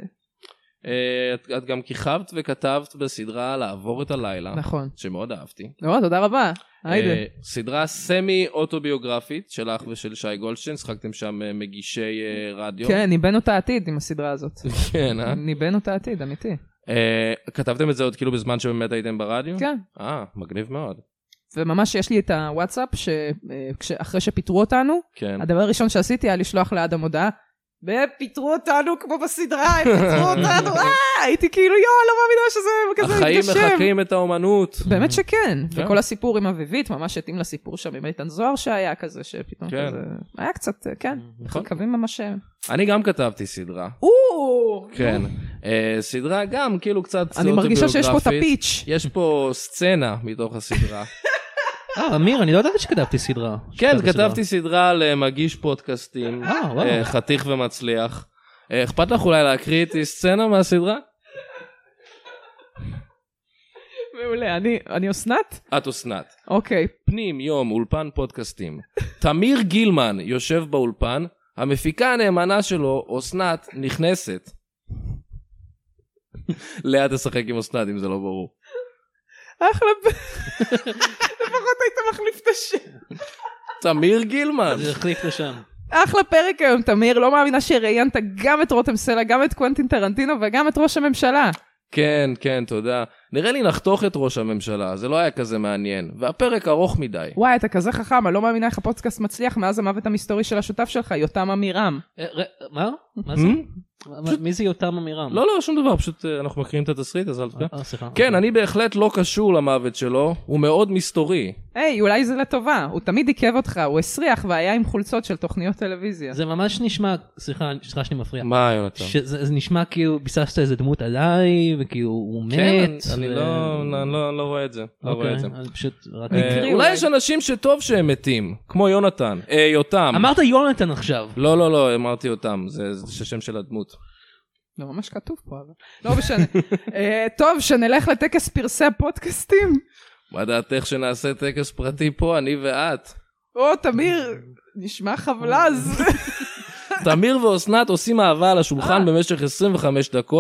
אה, את- את גם כיכבת וכתבת בסדרה לעבור את הלילה, נכון. שמאוד אהבתי. לא, תודה רבה. היידה. אה, סדרה סמי אוטוביוגרפית שלך ושל שי גולדשטיין, שחקתם שם אה, מגישי אה, רדיו. כן, ניבאנו את העתיד עם הסדרה הזאת. כן, אה? ניבאנו את העתיד, אמיתי. אה, כתבתם את זה עוד כאילו בזמן שבאמת הייתם ברדיו? כן. אה, מגניב מאוד. וממש יש לי את הוואטסאפ, שאחרי שפיטרו אותנו, כן. הדבר הראשון שעשיתי היה לשלוח לאדם הודעה, ופיטרו אותנו כמו בסדרה, הם פיטרו אותנו, אה, הייתי כאילו, יואו, לא מאמינה שזה כזה החיים מתגשם. מחקים את האומנות. באמת שכן, כן. וכל הסיפור עם אביבית ממש התאים לסיפור שם עם איתן זוהר שהיה כזה, שפתאום כן. כזה, היה קצת, כן, נכון. מקווים ממש... אני גם כתבתי סדרה. או, כן. אה, סדרה גם כאילו קצת אני מרגישה שיש פה את אוטוביוגרפית. הפיץ'. יש פה סצנה מתוך הסדרה. אה, אמיר, אני לא ידעתי שכתבתי סדרה. כן, שכתבת סדרה. כתבתי סדרה למגיש פודקאסטים, אה, וואו. אה, חתיך ומצליח. אה, אכפת לך אולי להקריא איתי סצנה מהסדרה? מעולה, אני, אני אסנת? את אסנת. אוקיי. פנים יום אולפן פודקאסטים. תמיר גילמן יושב באולפן, המפיקה הנאמנה שלו, אסנת, נכנסת. לאה תשחק עם אסנת אם זה לא ברור. אחלה, לפחות היית מחליף את השם. תמיר גילמן. זה החליף לשם. אחלה פרק היום, תמיר, לא מאמינה שראיינת גם את רותם סלע, גם את קוונטין טרנטינו וגם את ראש הממשלה. כן, כן, תודה. נראה לי נחתוך את ראש הממשלה, זה לא היה כזה מעניין. והפרק ארוך מדי. וואי, אתה כזה חכם, אני לא מאמינה איך הפודקאסט מצליח מאז המוות המסתורי של השותף שלך, יותם עמירם. אה, ר- מה? מה זה? מה- מי זה יותם עמירם? לא, לא, שום דבר, פשוט אה, אנחנו מכירים את התסריט, אז אל תפגע. אה, סליחה. כן, אני בהחלט לא קשור למוות שלו, הוא מאוד מסתורי. היי, אולי זה לטובה, הוא תמיד עיכב אותך, הוא הסריח והיה עם חולצות של תוכניות טלוויזיה. זה ממש נשמע, סליחה, סליחה שאני מפריע. מה, יונתן? שזה זה נשמע כאילו ביססת איזה דמות עליי, וכאילו הוא מת. כן, אני ו- לא אני לא- לא רואה את זה. לא רואה את זה. אוקיי, אני פשוט רק... אה, מקרי אולי אולי. יש אנשים שטוב שהם מתים, כמו יונתן, אה, יותם. אמרת יונתן עכשיו. לא, לא, לא, אמרתי יותם, זה זה השם של הדמות. לא, ממש כתוב פה, אבל... לא משנה. אה, טוב, שנלך לטקס פרסי הפודקאסטים. מה דעתך שנעשה טקס פרטי פה, אני ואת? או, תמיר, נשמע חבלז. תמיר ואסנת עושים אהבה על השולחן במשך עשרים וחמש דקות,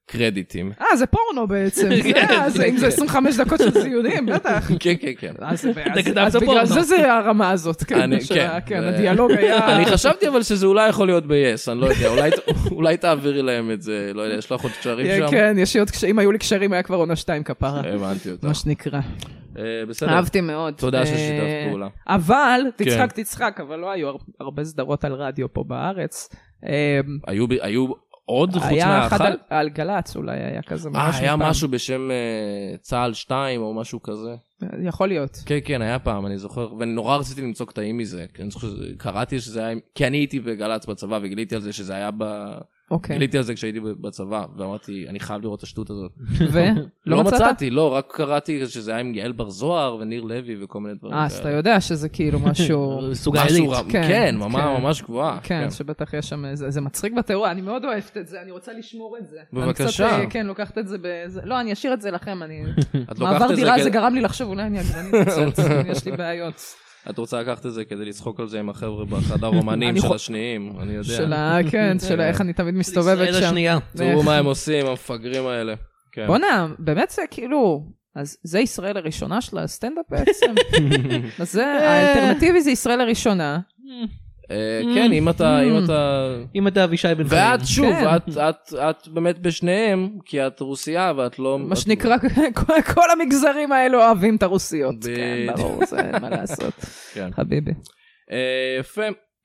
קרדיטים. אה, זה פורנו בעצם. אם זה עשרים וחמש דקות של ציונים, בטח. כן, כן, כן. אז בגלל זה זה הרמה הזאת. כן, הדיאלוג היה... אני חשבתי אבל שזה אולי יכול להיות ב-yes, אני לא יודע, אולי תעבירי להם את זה, לא יודע, יש לך עוד קשרים שם? כן, יש לי עוד קשרים, אם היו לי קשרים, היה כבר עונה שתיים כפרה. הבנתי אותה. מה שנקרא. בסדר. אהבתי מאוד. תודה ששיתפת פעולה. אבל, תצחק, תצחק, אבל לא היו הרבה סדרות על רדיו פה בארץ. היו עוד חוץ מהאחת? היה אחד על גלץ, אולי היה כזה. אה, היה משהו בשם צהל שתיים או משהו כזה. יכול להיות. כן, כן, היה פעם, אני זוכר, ואני נורא רציתי למצוא קטעים מזה, כי אני זוכר, קראתי שזה היה, כי אני הייתי בגלץ בצבא, וגיליתי על זה שזה היה ב... גיליתי על זה כשהייתי בצבא, ואמרתי, אני חייב לראות את השטות הזאת. ולא מצאת? לא מצאתי, לא, רק קראתי שזה היה עם יעל בר זוהר וניר לוי וכל מיני דברים. אה, אז אתה יודע שזה כאילו משהו... סוג העילית. כן, ממש גבוהה. כן, שבטח יש שם, זה מצחיק בתיאוריה, אני מאוד אוהבת את זה, אני רוצה לשמור את זה. בבקשה. כן, לוקחת את זה בזה, לא, אני אשאיר את זה לכם, אני... מעבר דירה זה גרם לי לחשוב, אולי אני אגרנית, יש לי בעיות. את רוצה לקחת את זה כדי לצחוק על זה עם החבר'ה בחדר אומנים של השניים, אני יודע. שלה, כן, שלה איך אני תמיד מסתובבת שם. תראו מה הם עושים, המפגרים האלה. בוא'נה, באמת זה כאילו, אז זה ישראל הראשונה של הסטנדאפ בעצם. אז זה, האלטרנטיבי זה ישראל הראשונה. כן, אם אתה... אם אתה אבישי בן חיים. ואת שוב, את באמת בשניהם, כי את רוסייה ואת לא... מה שנקרא, כל המגזרים האלו אוהבים את הרוסיות. כן, ברור, זה מה לעשות. חביבי. יפה.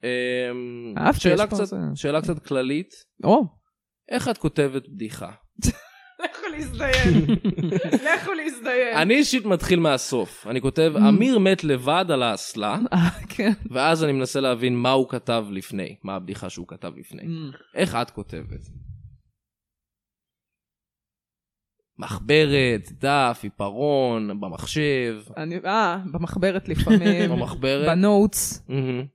שאלה קצת כללית. איך את כותבת בדיחה? לכו להזדיין, לכו להזדיין. אני אישית מתחיל מהסוף. אני כותב, אמיר מת לבד על האסלה, ואז אני מנסה להבין מה הוא כתב לפני, מה הבדיחה שהוא כתב לפני. איך את כותבת? מחברת, דף, עיפרון, במחשב. אה, במחברת לפעמים. במחברת. בנוטס.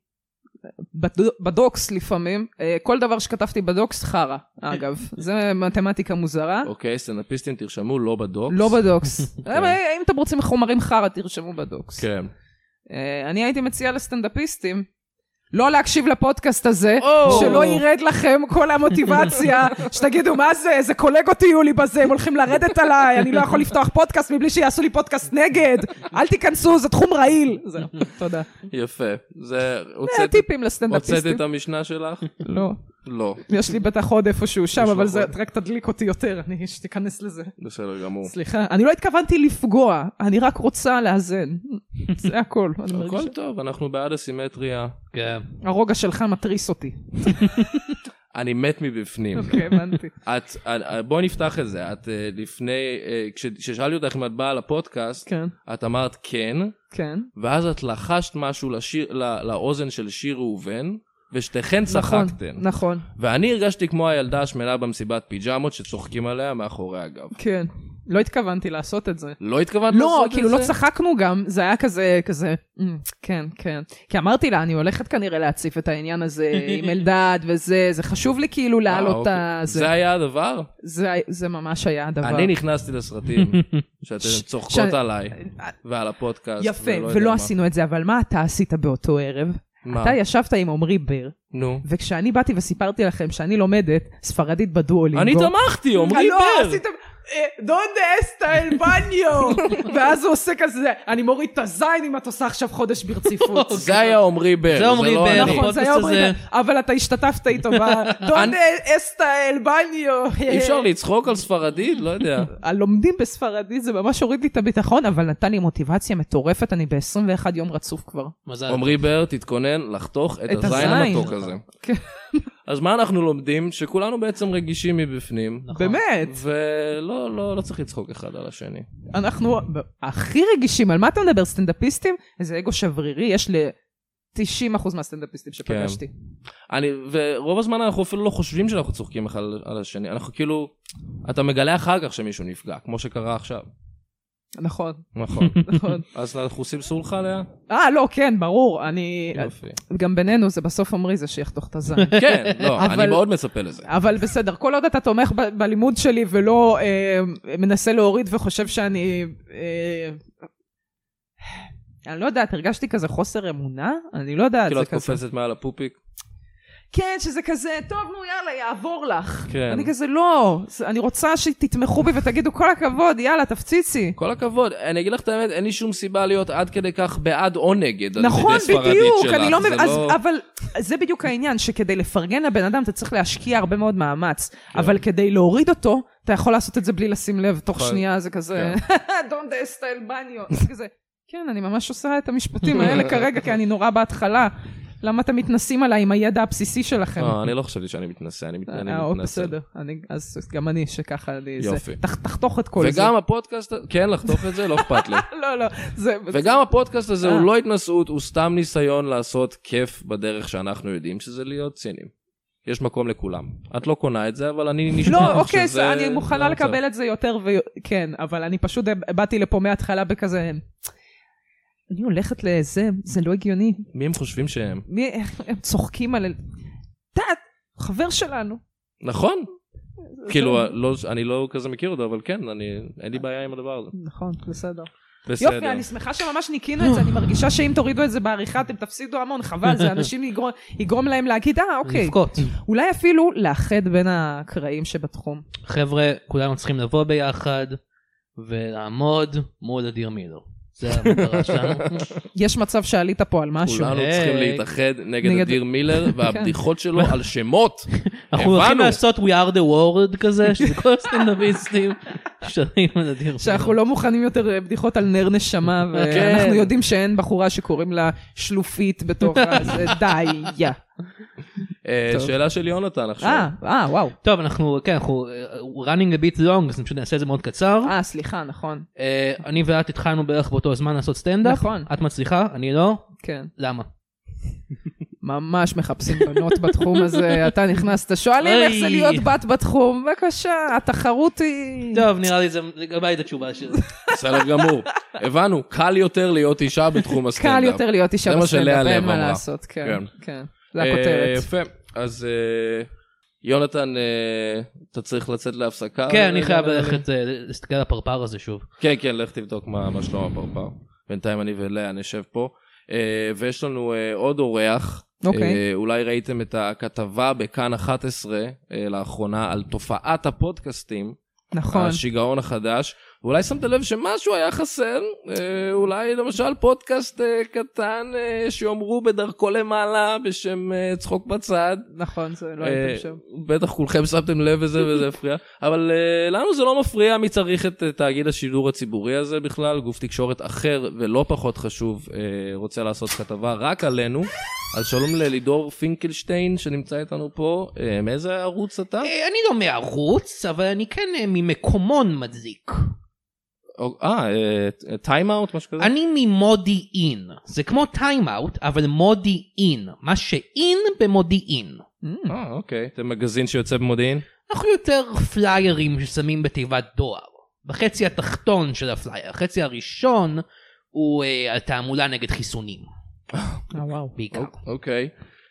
בדוקס לפעמים, כל דבר שכתבתי בדוקס חרה, אגב, זה מתמטיקה מוזרה. אוקיי, סטנדאפיסטים תרשמו לא בדוקס. לא בדוקס. אם אתם רוצים חומרים חרה, תרשמו בדוקס. כן. אני הייתי מציעה לסטנדאפיסטים, לא להקשיב לפודקאסט הזה, שלא ירד לכם כל המוטיבציה, שתגידו מה זה, איזה קולגות יהיו לי בזה, הם הולכים לרדת עליי, אני לא יכול לפתוח פודקאסט מבלי שיעשו לי פודקאסט נגד, אל תיכנסו, זה תחום רעיל. זהו, תודה. יפה. זה טיפים לסטנדאפיסטים. הוצאת את המשנה שלך? לא. לא. יש לי בטח עוד איפשהו שם, אבל זה רק תדליק אותי יותר, אני שתיכנס לזה. בסדר גמור. סליחה, אני לא התכוונתי לפגוע, אני רק רוצה לאזן. זה הכל. הכל טוב, אנחנו בעד הסימטריה. כן. הרוגע שלך מטריס אותי. אני מת מבפנים. אוקיי, הבנתי. בואי נפתח את זה. את לפני, כששאלתי אותך אם את באה לפודקאסט, את אמרת כן. כן. ואז את לחשת משהו לאוזן של שיר ראובן, ושתיכן צחקתן. נכון. ואני הרגשתי כמו הילדה השמנה במסיבת פיג'מות שצוחקים עליה מאחורי הגב. כן. לא התכוונתי לעשות את זה. לא התכוונת לעשות את זה? לא, כאילו לא צחקנו גם, זה היה כזה, כזה, כן, כן. כי אמרתי לה, אני הולכת כנראה להציף את העניין הזה עם אלדד וזה, זה חשוב לי כאילו לעלות את זה. זה היה הדבר? זה ממש היה הדבר. אני נכנסתי לסרטים שאתן צוחקות עליי ועל הפודקאסט. יפה, ולא עשינו את זה, אבל מה אתה עשית באותו ערב? אתה ישבת עם עומרי בר, וכשאני באתי וסיפרתי לכם שאני לומדת ספרדית בדואלינגו. אני תמכתי, עומרי בר. דונדה אסטה אל בניו. ואז הוא עושה כזה, אני מוריד את הזין אם את עושה עכשיו חודש ברציפות. זה היה עומרי בר. זה עומרי בר. נכון, זה היה עומרי בר. אבל אתה השתתפת איתו בדונדה אסטה אל בניו. אי אפשר לצחוק על ספרדית? לא יודע. הלומדים בספרדית זה ממש הוריד לי את הביטחון, אבל נתן לי מוטיבציה מטורפת, אני ב-עשרים ואחד יום רצוף כבר. עומרי בר, תתכונן לחתוך את הזין המתוק הזה. אז מה אנחנו לומדים? שכולנו בעצם רגישים מבפנים. באמת. ולא, לא, לא צריך לצחוק אחד על השני. אנחנו הכי רגישים. על מה אתה מדבר? סטנדאפיסטים? איזה אגו שברירי. יש ל-תשעים אחוז מהסטנדאפיסטים שפגשתי. אני, ורוב הזמן אנחנו אפילו לא חושבים שאנחנו צוחקים אחד על השני. אנחנו כאילו, אתה מגלה אחר כך שמישהו נפגע, כמו שקרה עכשיו. נכון. נכון. נכון. אז אנחנו עושים סולחה עליה? אה, לא, כן, ברור. אני... יופי. גם בינינו זה בסוף אומרי זה שיחתוך את הזין. כן, לא, אני מאוד מצפה לזה. אבל בסדר, כל עוד אתה תומך בלימוד שלי ולא מנסה להוריד וחושב שאני... אני לא יודעת, הרגשתי כזה חוסר אמונה? אני לא יודעת. כאילו את קופצת מעל הפופיק? כן, שזה כזה, טוב, נו, יאללה, יעבור לך. כן. אני כזה, לא, אני רוצה שתתמכו בי ותגידו כל הכבוד, יאללה, תפציצי. כל הכבוד, אני אגיד לך את האמת, אין לי שום סיבה להיות עד כדי כך בעד או נגד. נכון, בדיוק, אני לא מבין, אבל זה בדיוק העניין, שכדי לפרגן לבן אדם, אתה צריך להשקיע הרבה מאוד מאמץ, אבל כדי להוריד אותו, אתה יכול לעשות את זה בלי לשים לב, תוך שנייה זה כזה, דונדה סטייל בניו, זה כזה, כן, אני ממש עושה את המשפטים האלה כרגע, כי אני נורא בהתחלה, למה אתם מתנסים עליי עם הידע הבסיסי שלכם? לא, אני לא חשבתי שאני מתנסה, אני מתנסה. בסדר, אז גם אני שככה, יופי. תחתוך את כל זה. וגם הפודקאסט, כן, לחתוך את זה, לא אכפת לי. לא, לא, זה... וגם הפודקאסט הזה הוא לא התנסות, הוא סתם ניסיון לעשות כיף בדרך שאנחנו יודעים, שזה להיות צינים. יש מקום לכולם. את לא קונה את זה, אבל אני נשמע לא, אוקיי, אני מוכנה לקבל את זה יותר, כן, אבל אני פשוט באתי לפה מההתחלה בכזה... אני הולכת לזה, זה לא הגיוני. מי הם חושבים שהם? מי, הם צוחקים על... תת, חבר שלנו. נכון. כאילו, אני לא כזה מכיר אותו, אבל כן, אין לי בעיה עם הדבר הזה. נכון, בסדר. יופי, אני שמחה שממש ניקינו את זה, אני מרגישה שאם תורידו את זה בעריכה, אתם תפסידו המון, חבל, זה אנשים יגרום להם להגיד, אה, אוקיי. לבכות. אולי אפילו לאחד בין הקראים שבתחום. חבר'ה, כולנו צריכים לבוא ביחד, ולעמוד מול אדיר מילר. זה המטרה שלנו. יש מצב שעלית פה על משהו. כולנו צריכים להתאחד נגד אדיר מילר, והבדיחות שלו על שמות. אנחנו הולכים לעשות We are the world כזה, שזה כל הסטנדאביסטים שרים על אדיר מילר. שאנחנו לא מוכנים יותר בדיחות על נר נשמה, ואנחנו יודעים שאין בחורה שקוראים לה שלופית בתוך הזה, די, יא. שאלה של יונתן עכשיו. אה, אה, וואו. טוב, אנחנו, כן, אנחנו running a bit long, אז אני פשוט נעשה את זה מאוד קצר. אה, סליחה, נכון. אני ואת התחלנו בערך באותו הזמן לעשות סטנדאפ. נכון. את מצליחה, אני לא? כן. למה? ממש מחפשים בנות בתחום הזה, אתה נכנסת, שואלים איך זה להיות בת בתחום, בבקשה, התחרות היא... טוב, נראה לי זה לגבי את התשובה שלי. בסדר גמור, הבנו, קל יותר להיות אישה בתחום הסטנדאפ. קל יותר להיות אישה בסטנדאפ, אין מה אמרה. לעשות, כן, כן, זה הכותרת. יפה, אז יונתן, אתה צריך לצאת להפסקה. כן, אני חייב ללכת להסתכל על הפרפר הזה שוב. כן, כן, לך תבדוק מה שלום הפרפר. בינתיים אני ולאה נשב פה. ויש לנו עוד אורח, אולי ראיתם את הכתבה בכאן אחת עשרה לאחרונה על תופעת הפודקאסטים, נכון. השיגעון החדש, ואולי שמת לב שמשהו היה חסר, אולי למשל פודקאסט קטן שיאמרו בדרכו למעלה בשם צחוק בצד. נכון, זה לא הייתם שם. בטח כולכם שמתם לב וזה וזה הפריע, אבל לנו זה לא מפריע, מי צריך את תאגיד השידור הציבורי הזה בכלל, גוף תקשורת אחר ולא פחות חשוב, רוצה לעשות כתבה רק עלינו. אז שלום ללידור פינקלשטיין שנמצא איתנו פה, מאיזה ערוץ אתה? אני לא מערוץ, אבל אני כן ממקומון מדליק. אה, טיים אאוט, משהו כזה? אני ממודיעין, זה כמו טיים אאוט, אבל מודיעין, מה שאין במודיעין. אה, אוקיי, זה מגזין שיוצא במודיעין? אנחנו יותר פליירים ששמים בתיבת דואר, בחצי התחתון של הפלייר, החצי הראשון הוא על תעמולה נגד חיסונים. וואו. בעיקר. אוקיי,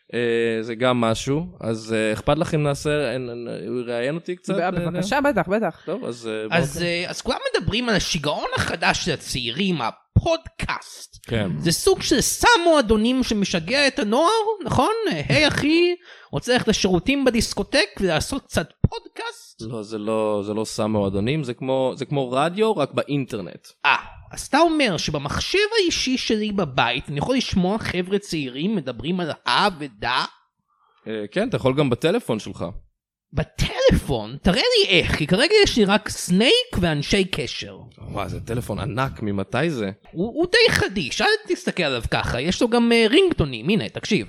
זה גם משהו, אז אכפת לכם נעשה, הוא יראיין אותי קצת? בבקשה, בטח, בטח. טוב, אז... אז כולם מדברים על השיגעון החדש של הצעירים, הפודקאסט. כן. זה סוג של סמו אדונים שמשגע את הנוער, נכון? היי אחי, רוצה ללכת לשירותים בדיסקוטק ולעשות קצת פודקאסט? לא, זה לא, זה לא סמו אדונים, זה כמו, זה כמו רדיו, רק באינטרנט. אה, אז אתה אומר שבמחשב האישי שלי בבית, אני יכול לשמוע חבר'ה צעירים מדברים על אה ודה? כן, אתה יכול גם בטלפון שלך. בטלפון? תראה לי איך, כי כרגע יש לי רק סנייק ואנשי קשר. וואו, זה טלפון ענק, ממתי זה? הוא, הוא די חדיש, אל תסתכל עליו ככה, יש לו גם uh, רינגטונים, הנה, תקשיב.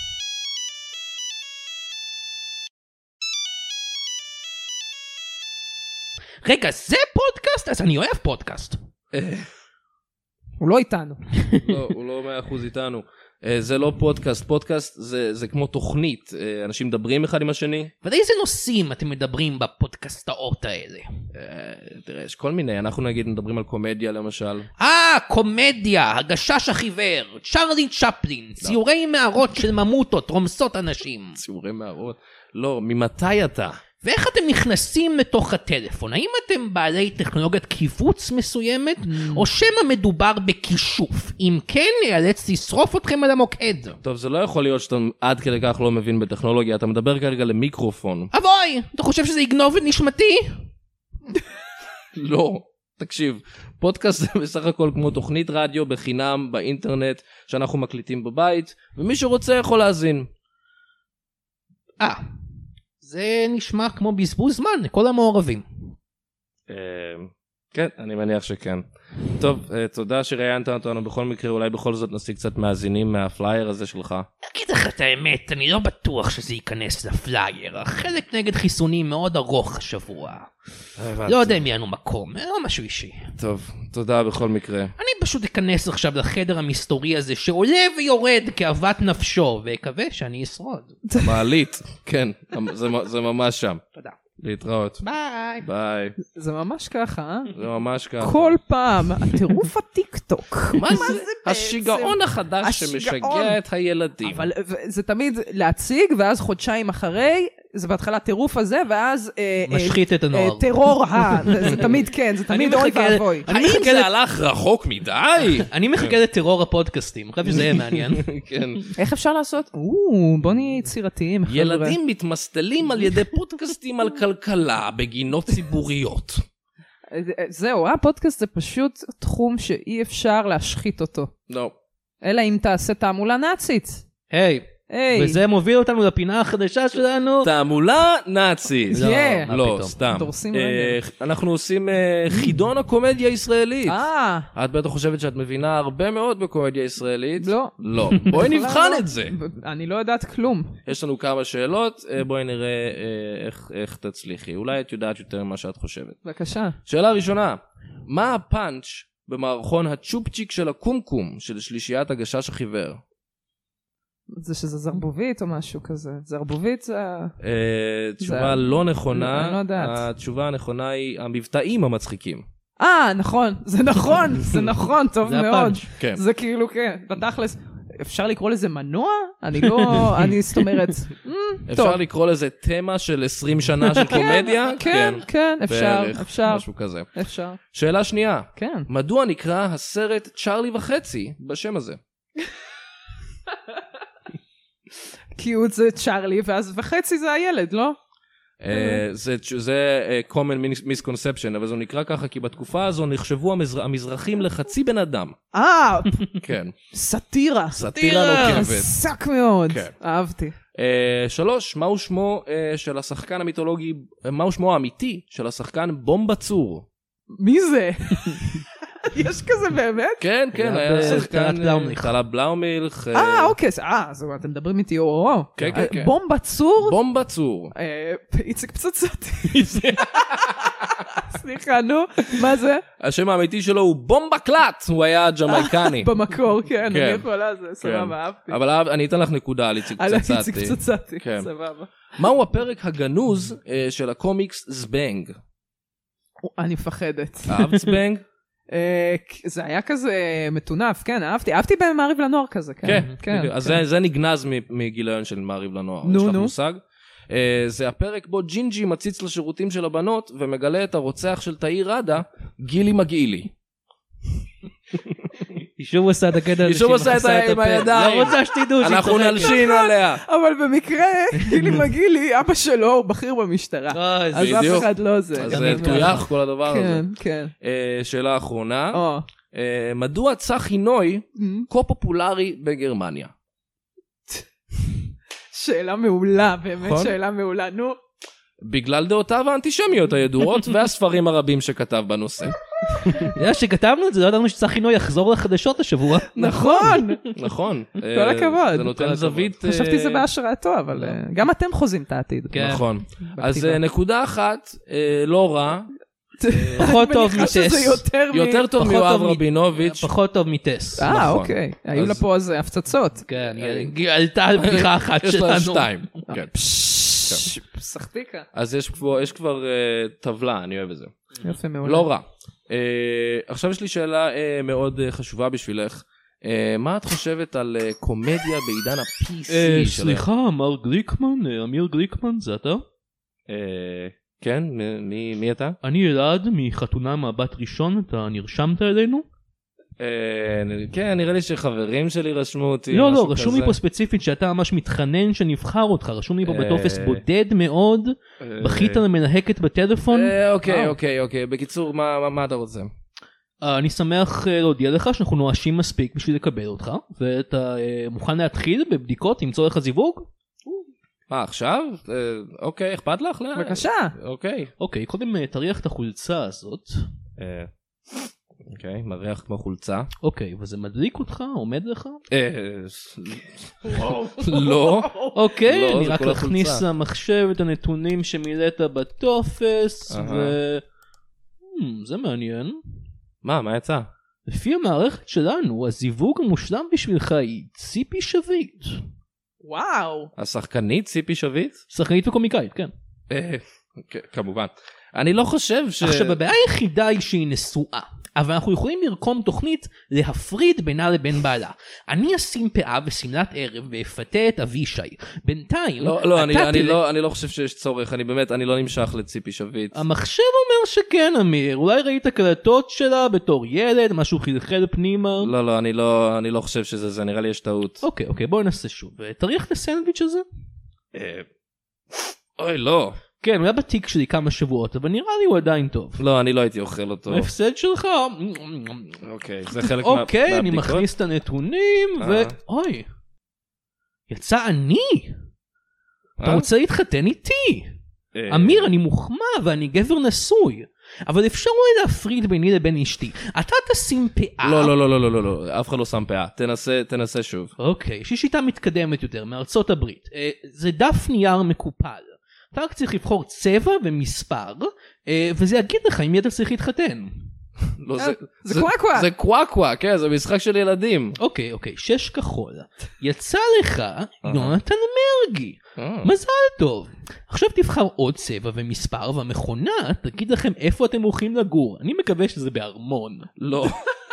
רגע, זה פודקאסט? אז אני אוהב פודקאסט. הוא לא איתנו. לא, הוא לא מאה אחוז איתנו. זה לא פודקאסט, פודקאסט זה, זה כמו תוכנית, אנשים מדברים אחד עם השני. ועל איזה נושאים אתם מדברים בפודקאסטאות האלה? תראה, יש כל מיני, אנחנו נגיד מדברים על קומדיה למשל. אה, קומדיה, הגשש החיוור, צ'רלי צ'פלין, ציורי מערות של ממוטות, רומסות אנשים. ציורי מערות? לא, ממתי אתה? ואיך אתם נכנסים לתוך הטלפון? האם אתם בעלי טכנולוגיית קיבוץ מסוימת, או שמא מדובר בכישוף? אם כן, נאלץ לשרוף אתכם על המוקד. טוב, זה לא יכול להיות שאתה עד כדי כך לא מבין בטכנולוגיה, אתה מדבר כרגע למיקרופון. אבוי, אתה חושב שזה יגנוב את נשמתי? לא, תקשיב, פודקאסט זה בסך הכל כמו תוכנית רדיו בחינם באינטרנט, שאנחנו מקליטים בבית, ומי שרוצה יכול להזין. אה, זה נשמע כמו בזבוז זמן לכל המעורבים. כן, אני מניח שכן. טוב, תודה שראיינת אותנו בכל מקרה, אולי בכל זאת נשיג קצת מאזינים מהפלייר הזה שלך. אגיד לך את האמת, אני לא בטוח שזה ייכנס לפלייר. החלק נגד חיסונים מאוד ארוך השבוע. לא יודע אם יהיה לנו מקום, לא משהו אישי. טוב, תודה בכל מקרה. אני פשוט אכנס עכשיו לחדר המסתורי הזה שעולה ויורד כאוות נפשו, ואקווה שאני אשרוד. מעלית, כן, זה ממש שם. תודה. להתראות. ביי. ביי. זה ממש ככה, אה? זה ממש ככה. כל פעם, הטירוף הטיק-טוק. מה זה? השיגעון החדש שמשגע את הילדים. אבל זה תמיד להציג, ואז חודשיים אחרי, זה בהתחלה טירוף הזה, ואז... משחית את הנוער. טרור, זה תמיד כן, זה תמיד אוי ואבוי. האם זה הלך רחוק מדי? אני מחכה לטרור הפודקאסטים, אני חושב שזה יהיה מעניין. איך אפשר לעשות? בוא נהיה יצירתיים. ילדים מתמסטלים על ידי פודקאסטים על כלכלה בגינות ציבוריות. זהו, הפודקאסט זה פשוט תחום שאי אפשר להשחית אותו. לא. אלא אם תעשה תעמולה נאצית. היי. וזה מוביל אותנו לפינה החדשה שלנו. תעמולה נאצית. לא, סתם. אנחנו עושים חידון הקומדיה הישראלית. את בטח חושבת שאת מבינה הרבה מאוד בקומדיה ישראלית. לא. לא. בואי נבחן את זה. אני לא יודעת כלום. יש לנו כמה שאלות, בואי נראה איך תצליחי. אולי את יודעת יותר ממה שאת חושבת. בבקשה. שאלה ראשונה, מה הפאנץ' במערכון הצ'ופצ'יק של הקומקום של שלישיית הגשש החיוור? זה שזה זרבובית או משהו כזה. זרבובית זה... תשובה לא נכונה. אני לא יודעת. התשובה הנכונה היא המבטאים המצחיקים. אה, נכון. זה נכון. זה נכון. טוב מאוד. כן. זה כאילו, כן. בתכלס. אפשר לקרוא לזה מנוע? אני לא... אני זאת אומרת... אפשר לקרוא לזה תמה של עשרים שנה של קומדיה? כן, כן. אפשר. אפשר. משהו כזה. אפשר. שאלה שנייה. כן. מדוע נקרא הסרט צ'רלי וחצי בשם הזה? כי הוא זה צ'רלי, ואז וחצי זה הילד, לא? זה common misconception, אבל זה נקרא ככה, כי בתקופה הזו נחשבו המזרחים לחצי בן אדם. אה! כן. סאטירה. סאטירה נוקבת. סק מאוד. אהבתי. שלוש, מהו שמו של השחקן המיתולוגי, מהו שמו האמיתי של השחקן בומבה צור? מי זה? יש כזה באמת? כן, כן, היה שחקן טלב בלאומילך. אה, אוקיי, אה, אתם מדברים איתי או-או. כן, כן, כן. בומבה צור? בומבה צור. איציק פצצתי. סליחה, נו, מה זה? השם האמיתי שלו הוא בומבה קלט, הוא היה ג'מייקני. במקור, כן, אני יכולה, זה סבבה, אהבתי. אבל אני אתן לך נקודה על איציק פצצתי. על איציק פצצתי, סבבה. מהו הפרק הגנוז של הקומיקס זבנג? אני מפחדת. אהבת זבנג? זה היה כזה מטונף, כן, אהבתי, אהבתי במעריב לנוער כזה, כן. כן, אז זה נגנז מגיליון של מעריב לנוער, יש לך מושג? זה הפרק בו ג'ינג'י מציץ לשירותים של הבנות, ומגלה את הרוצח של תאיר ראדה, גילי מגעילי. היא שוב עושה את הקטע היא שוב עושה את זה עם הידיים. לא רוצה שתדעו. אנחנו נלשין עליה. אבל במקרה, גילי מגילי, אבא שלו הוא בכיר במשטרה. אז אף אחד לא זה. אז זה תויח כל הדבר הזה. כן, כן. שאלה אחרונה. מדוע צחי נוי כה פופולרי בגרמניה? שאלה מעולה, באמת שאלה מעולה. נו. בגלל דעותיו האנטישמיות הידועות והספרים הרבים שכתב בנושא. יודע שכתבנו את זה, לא ידענו שצחי נוי יחזור לחדשות השבוע. נכון. נכון. כל הכבוד. זה נותן זווית. חשבתי זה בהשראתו, אבל גם אתם חוזים את העתיד. נכון. אז נקודה אחת, לא רע. פחות טוב מטס. יותר טוב מיואב רבינוביץ'. פחות טוב מטס. אה, אוקיי. היו לה פה איזה הפצצות. כן, עלתה על בדיחה אחת שלנו. יש לה שתיים. כן. סחטיקה. אז יש כבר טבלה, אני אוהב את זה. יפה מעולה. לא רע. עכשיו יש לי שאלה מאוד חשובה בשבילך. מה את חושבת על קומדיה בעידן ה-פי סי? סליחה, מר גליקמן, אמיר גליקמן, זה אתה? כן, מי אתה? אני אלעד מחתונה מהבת ראשון, אתה נרשמת אלינו? כן, נראה לי שחברים שלי רשמו אותי. לא, לא, רשום לי פה ספציפית שאתה ממש מתחנן שנבחר אותך, רשום לי פה בטופס בודד מאוד, בכית למנהקת בטלפון. אוקיי, אוקיי, אוקיי, בקיצור, מה אתה רוצה? אני שמח להודיע לך שאנחנו נואשים מספיק בשביל לקבל אותך, ואתה מוכן להתחיל בבדיקות עם צורך הזיווג? מה, עכשיו? אוקיי, אכפת לך? בבקשה. אוקיי. אוקיי, קודם תריח את החולצה הזאת. אוקיי, מריח כמו חולצה. אוקיי, וזה מדליק אותך? עומד לך? לא. אוקיי, אני רק אכניס למחשב את הנתונים שמילאת בטופס, ו... זה מעניין. מה, מה יצא? לפי המערכת שלנו, הזיווג המושלם בשבילך היא ציפי שביט. וואו. השחקנית ציפי שביט? שחקנית וקומיקאית, כן. כמובן. אני לא חושב ש... עכשיו, הבעיה היחידה היא שהיא נשואה. אבל אנחנו יכולים לרקום תוכנית להפריד בינה לבין בעלה. אני אשים פאה וסמלת ערב ואפתה את אבישי. בינתיים... לא, לא, אני, אני, לא, אני לא חושב שיש צורך. אני באמת, אני לא נמשך לציפי שביט. המחשב אומר שכן, אמיר. אולי ראית הקלטות שלה בתור ילד, משהו חלחל פנימה. לא, לא, אני לא, אני לא חושב שזה זה. נראה לי יש טעות. אוקיי, אוקיי, בואו נעשה שוב. תריח את הסנדוויץ' הזה? אוי, לא. כן, הוא היה בתיק שלי כמה שבועות, אבל נראה לי הוא עדיין טוב. לא, אני לא הייתי אוכל אותו. ההפסד שלך? אוקיי, זה חלק מהבדיקות. אוקיי, אני מכניס את הנתונים, ו... אוי, יצא אני. אתה רוצה להתחתן איתי? אמיר, אני מוחמא ואני גבר נשוי. אבל אפשר אולי להפריד ביני לבין אשתי. אתה תשים פאה. לא, לא, לא, לא, לא, לא, אף אחד לא שם פאה. תנסה, תנסה שוב. אוקיי, יש לי שיטה מתקדמת יותר מארצות הברית. זה דף נייר מקופל. אתה רק צריך לבחור צבע ומספר, וזה יגיד לך אם אתה צריך להתחתן. זה קוואקווה. זה קוואקווה, כן, זה משחק של ילדים. אוקיי, אוקיי, שש כחול. יצא לך יונתן מרגי. מזל טוב. עכשיו תבחר עוד צבע ומספר, והמכונה תגיד לכם איפה אתם הולכים לגור. אני מקווה שזה בארמון. לא.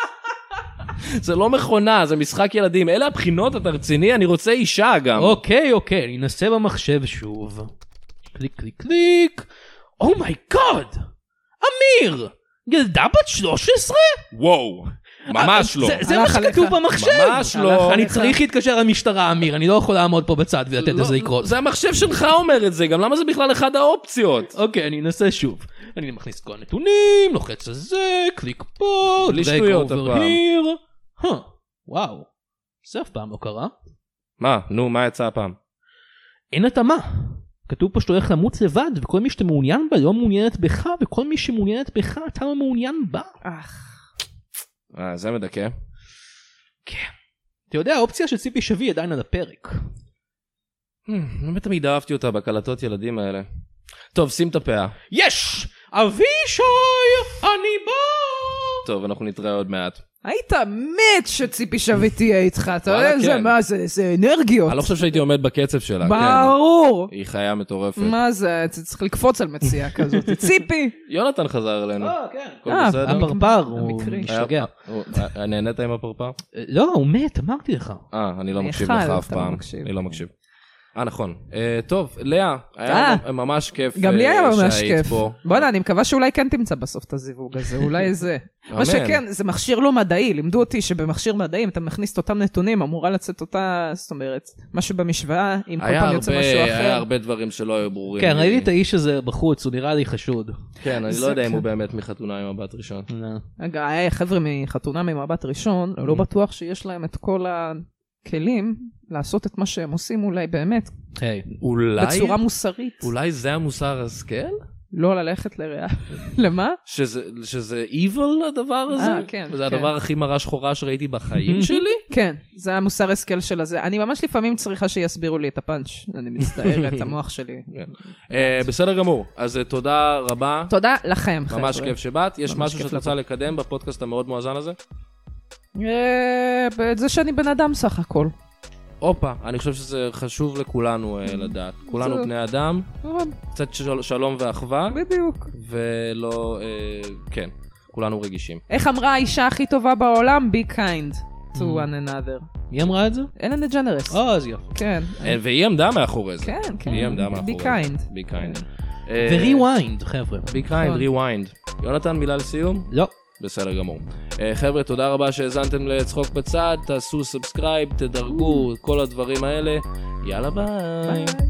זה לא מכונה, זה משחק ילדים. אלה הבחינות, אתה רציני, אני רוצה אישה גם. אוקיי, אוקיי, אני אנסה במחשב שוב. קליק קליק קליק. אומייגוד, אמיר, ילדה בת שלוש עשרה? וואו, ממש לא. זה מה שכתוב במחשב. ממש לא. אני צריך להתקשר למשטרה, אמיר, אני לא יכול לעמוד פה בצד ולתת לזה לקרות. זה המחשב שלך אומר את זה, גם למה זה בכלל אחד האופציות? אוקיי, אני אנסה שוב. אני מכניס כל הנתונים, לוחץ על זה, קליק פה, לשטויות הפעם. וואו, זה אף פעם לא קרה. מה? נו, מה יצא הפעם? אין התאמה. כתוב פה שאתה הולך למות לבד, וכל מי שאתה מעוניין בה לא מעוניינת בך, וכל מי שמעוניינת בך אתה לא מעוניין בה. אה, זה מדכא. כן. אתה יודע, האופציה של ציפי שבי עדיין על הפרק. באמת תמיד אהבתי אותה בקלטות ילדים האלה. טוב, שים את הפאה. יש! אבישי! אני בא! טוב, אנחנו נתראה עוד מעט. היית מת שציפי שביט תהיה איתך, אתה יודע זה, מה זה, זה אנרגיות. אני לא חושב שהייתי עומד בקצב שלה. ברור. היא חיה מטורפת. מה זה, צריך לקפוץ על מציאה כזאת. ציפי. יונתן חזר אלינו. אה, כן. הכל בסדר? הפרפר, הוא משתגע. נהנית עם הפרפר? לא, הוא מת, אמרתי לך. אה, אני לא מקשיב לך אף פעם. אני לא מקשיב. אה, נכון. טוב, לאה, היה ממש כיף גם לי היה ממש כיף. בוא'נה, אני מקווה שאולי כן תמצא בסוף את הזיווג הזה, אולי זה. מה שכן, זה מכשיר לא מדעי, לימדו אותי שבמכשיר מדעי, אם אתה מכניס את אותם נתונים, אמורה לצאת אותה, זאת אומרת, משהו במשוואה, אם כל פעם יוצא משהו אחר. היה הרבה דברים שלא היו ברורים. כן, ראיתי את האיש הזה בחוץ, הוא נראה לי חשוד. כן, אני לא יודע אם הוא באמת מחתונה עם מבט ראשון. רגע, חבר'ה מחתונה ממבט ראשון, לא בטוח שיש להם את כל ה... כלים לעשות את מה שהם עושים אולי באמת אולי בצורה מוסרית. אולי זה המוסר השכל? לא ללכת לרעה. למה? שזה שזה evil הדבר הזה? אה, כן. זה הדבר הכי מרה שחורה שראיתי בחיים שלי? כן, זה המוסר השכל של הזה. אני ממש לפעמים צריכה שיסבירו לי את הפאנץ'. אני מצטער את המוח שלי. בסדר גמור. אז תודה רבה. תודה לכם, חבר'ה. ממש כיף שבאת. יש משהו שאת רוצה לקדם בפודקאסט המאוד מואזן הזה? זה שאני בן אדם סך הכל. אופה, אני חושב שזה חשוב לכולנו לדעת. כולנו בני אדם, קצת שלום ואחווה. בדיוק. ולא, כן, כולנו רגישים. איך אמרה האישה הכי טובה בעולם? Be kind to one another. מי אמרה את זה? אלן דג'נרס. אה, אז יפה. כן. והיא עמדה מאחורי זה. כן, כן. היא עמדה מאחורי זה. Be kind. Be kind. ו-rewind, חבר'ה. be kind, rewind. יונתן, מילה לסיום? לא. בסדר גמור. חבר'ה, תודה רבה שהזנתם לצחוק בצד, תעשו סאבסקרייב, תדרגו, כל הדברים האלה. יאללה ביי.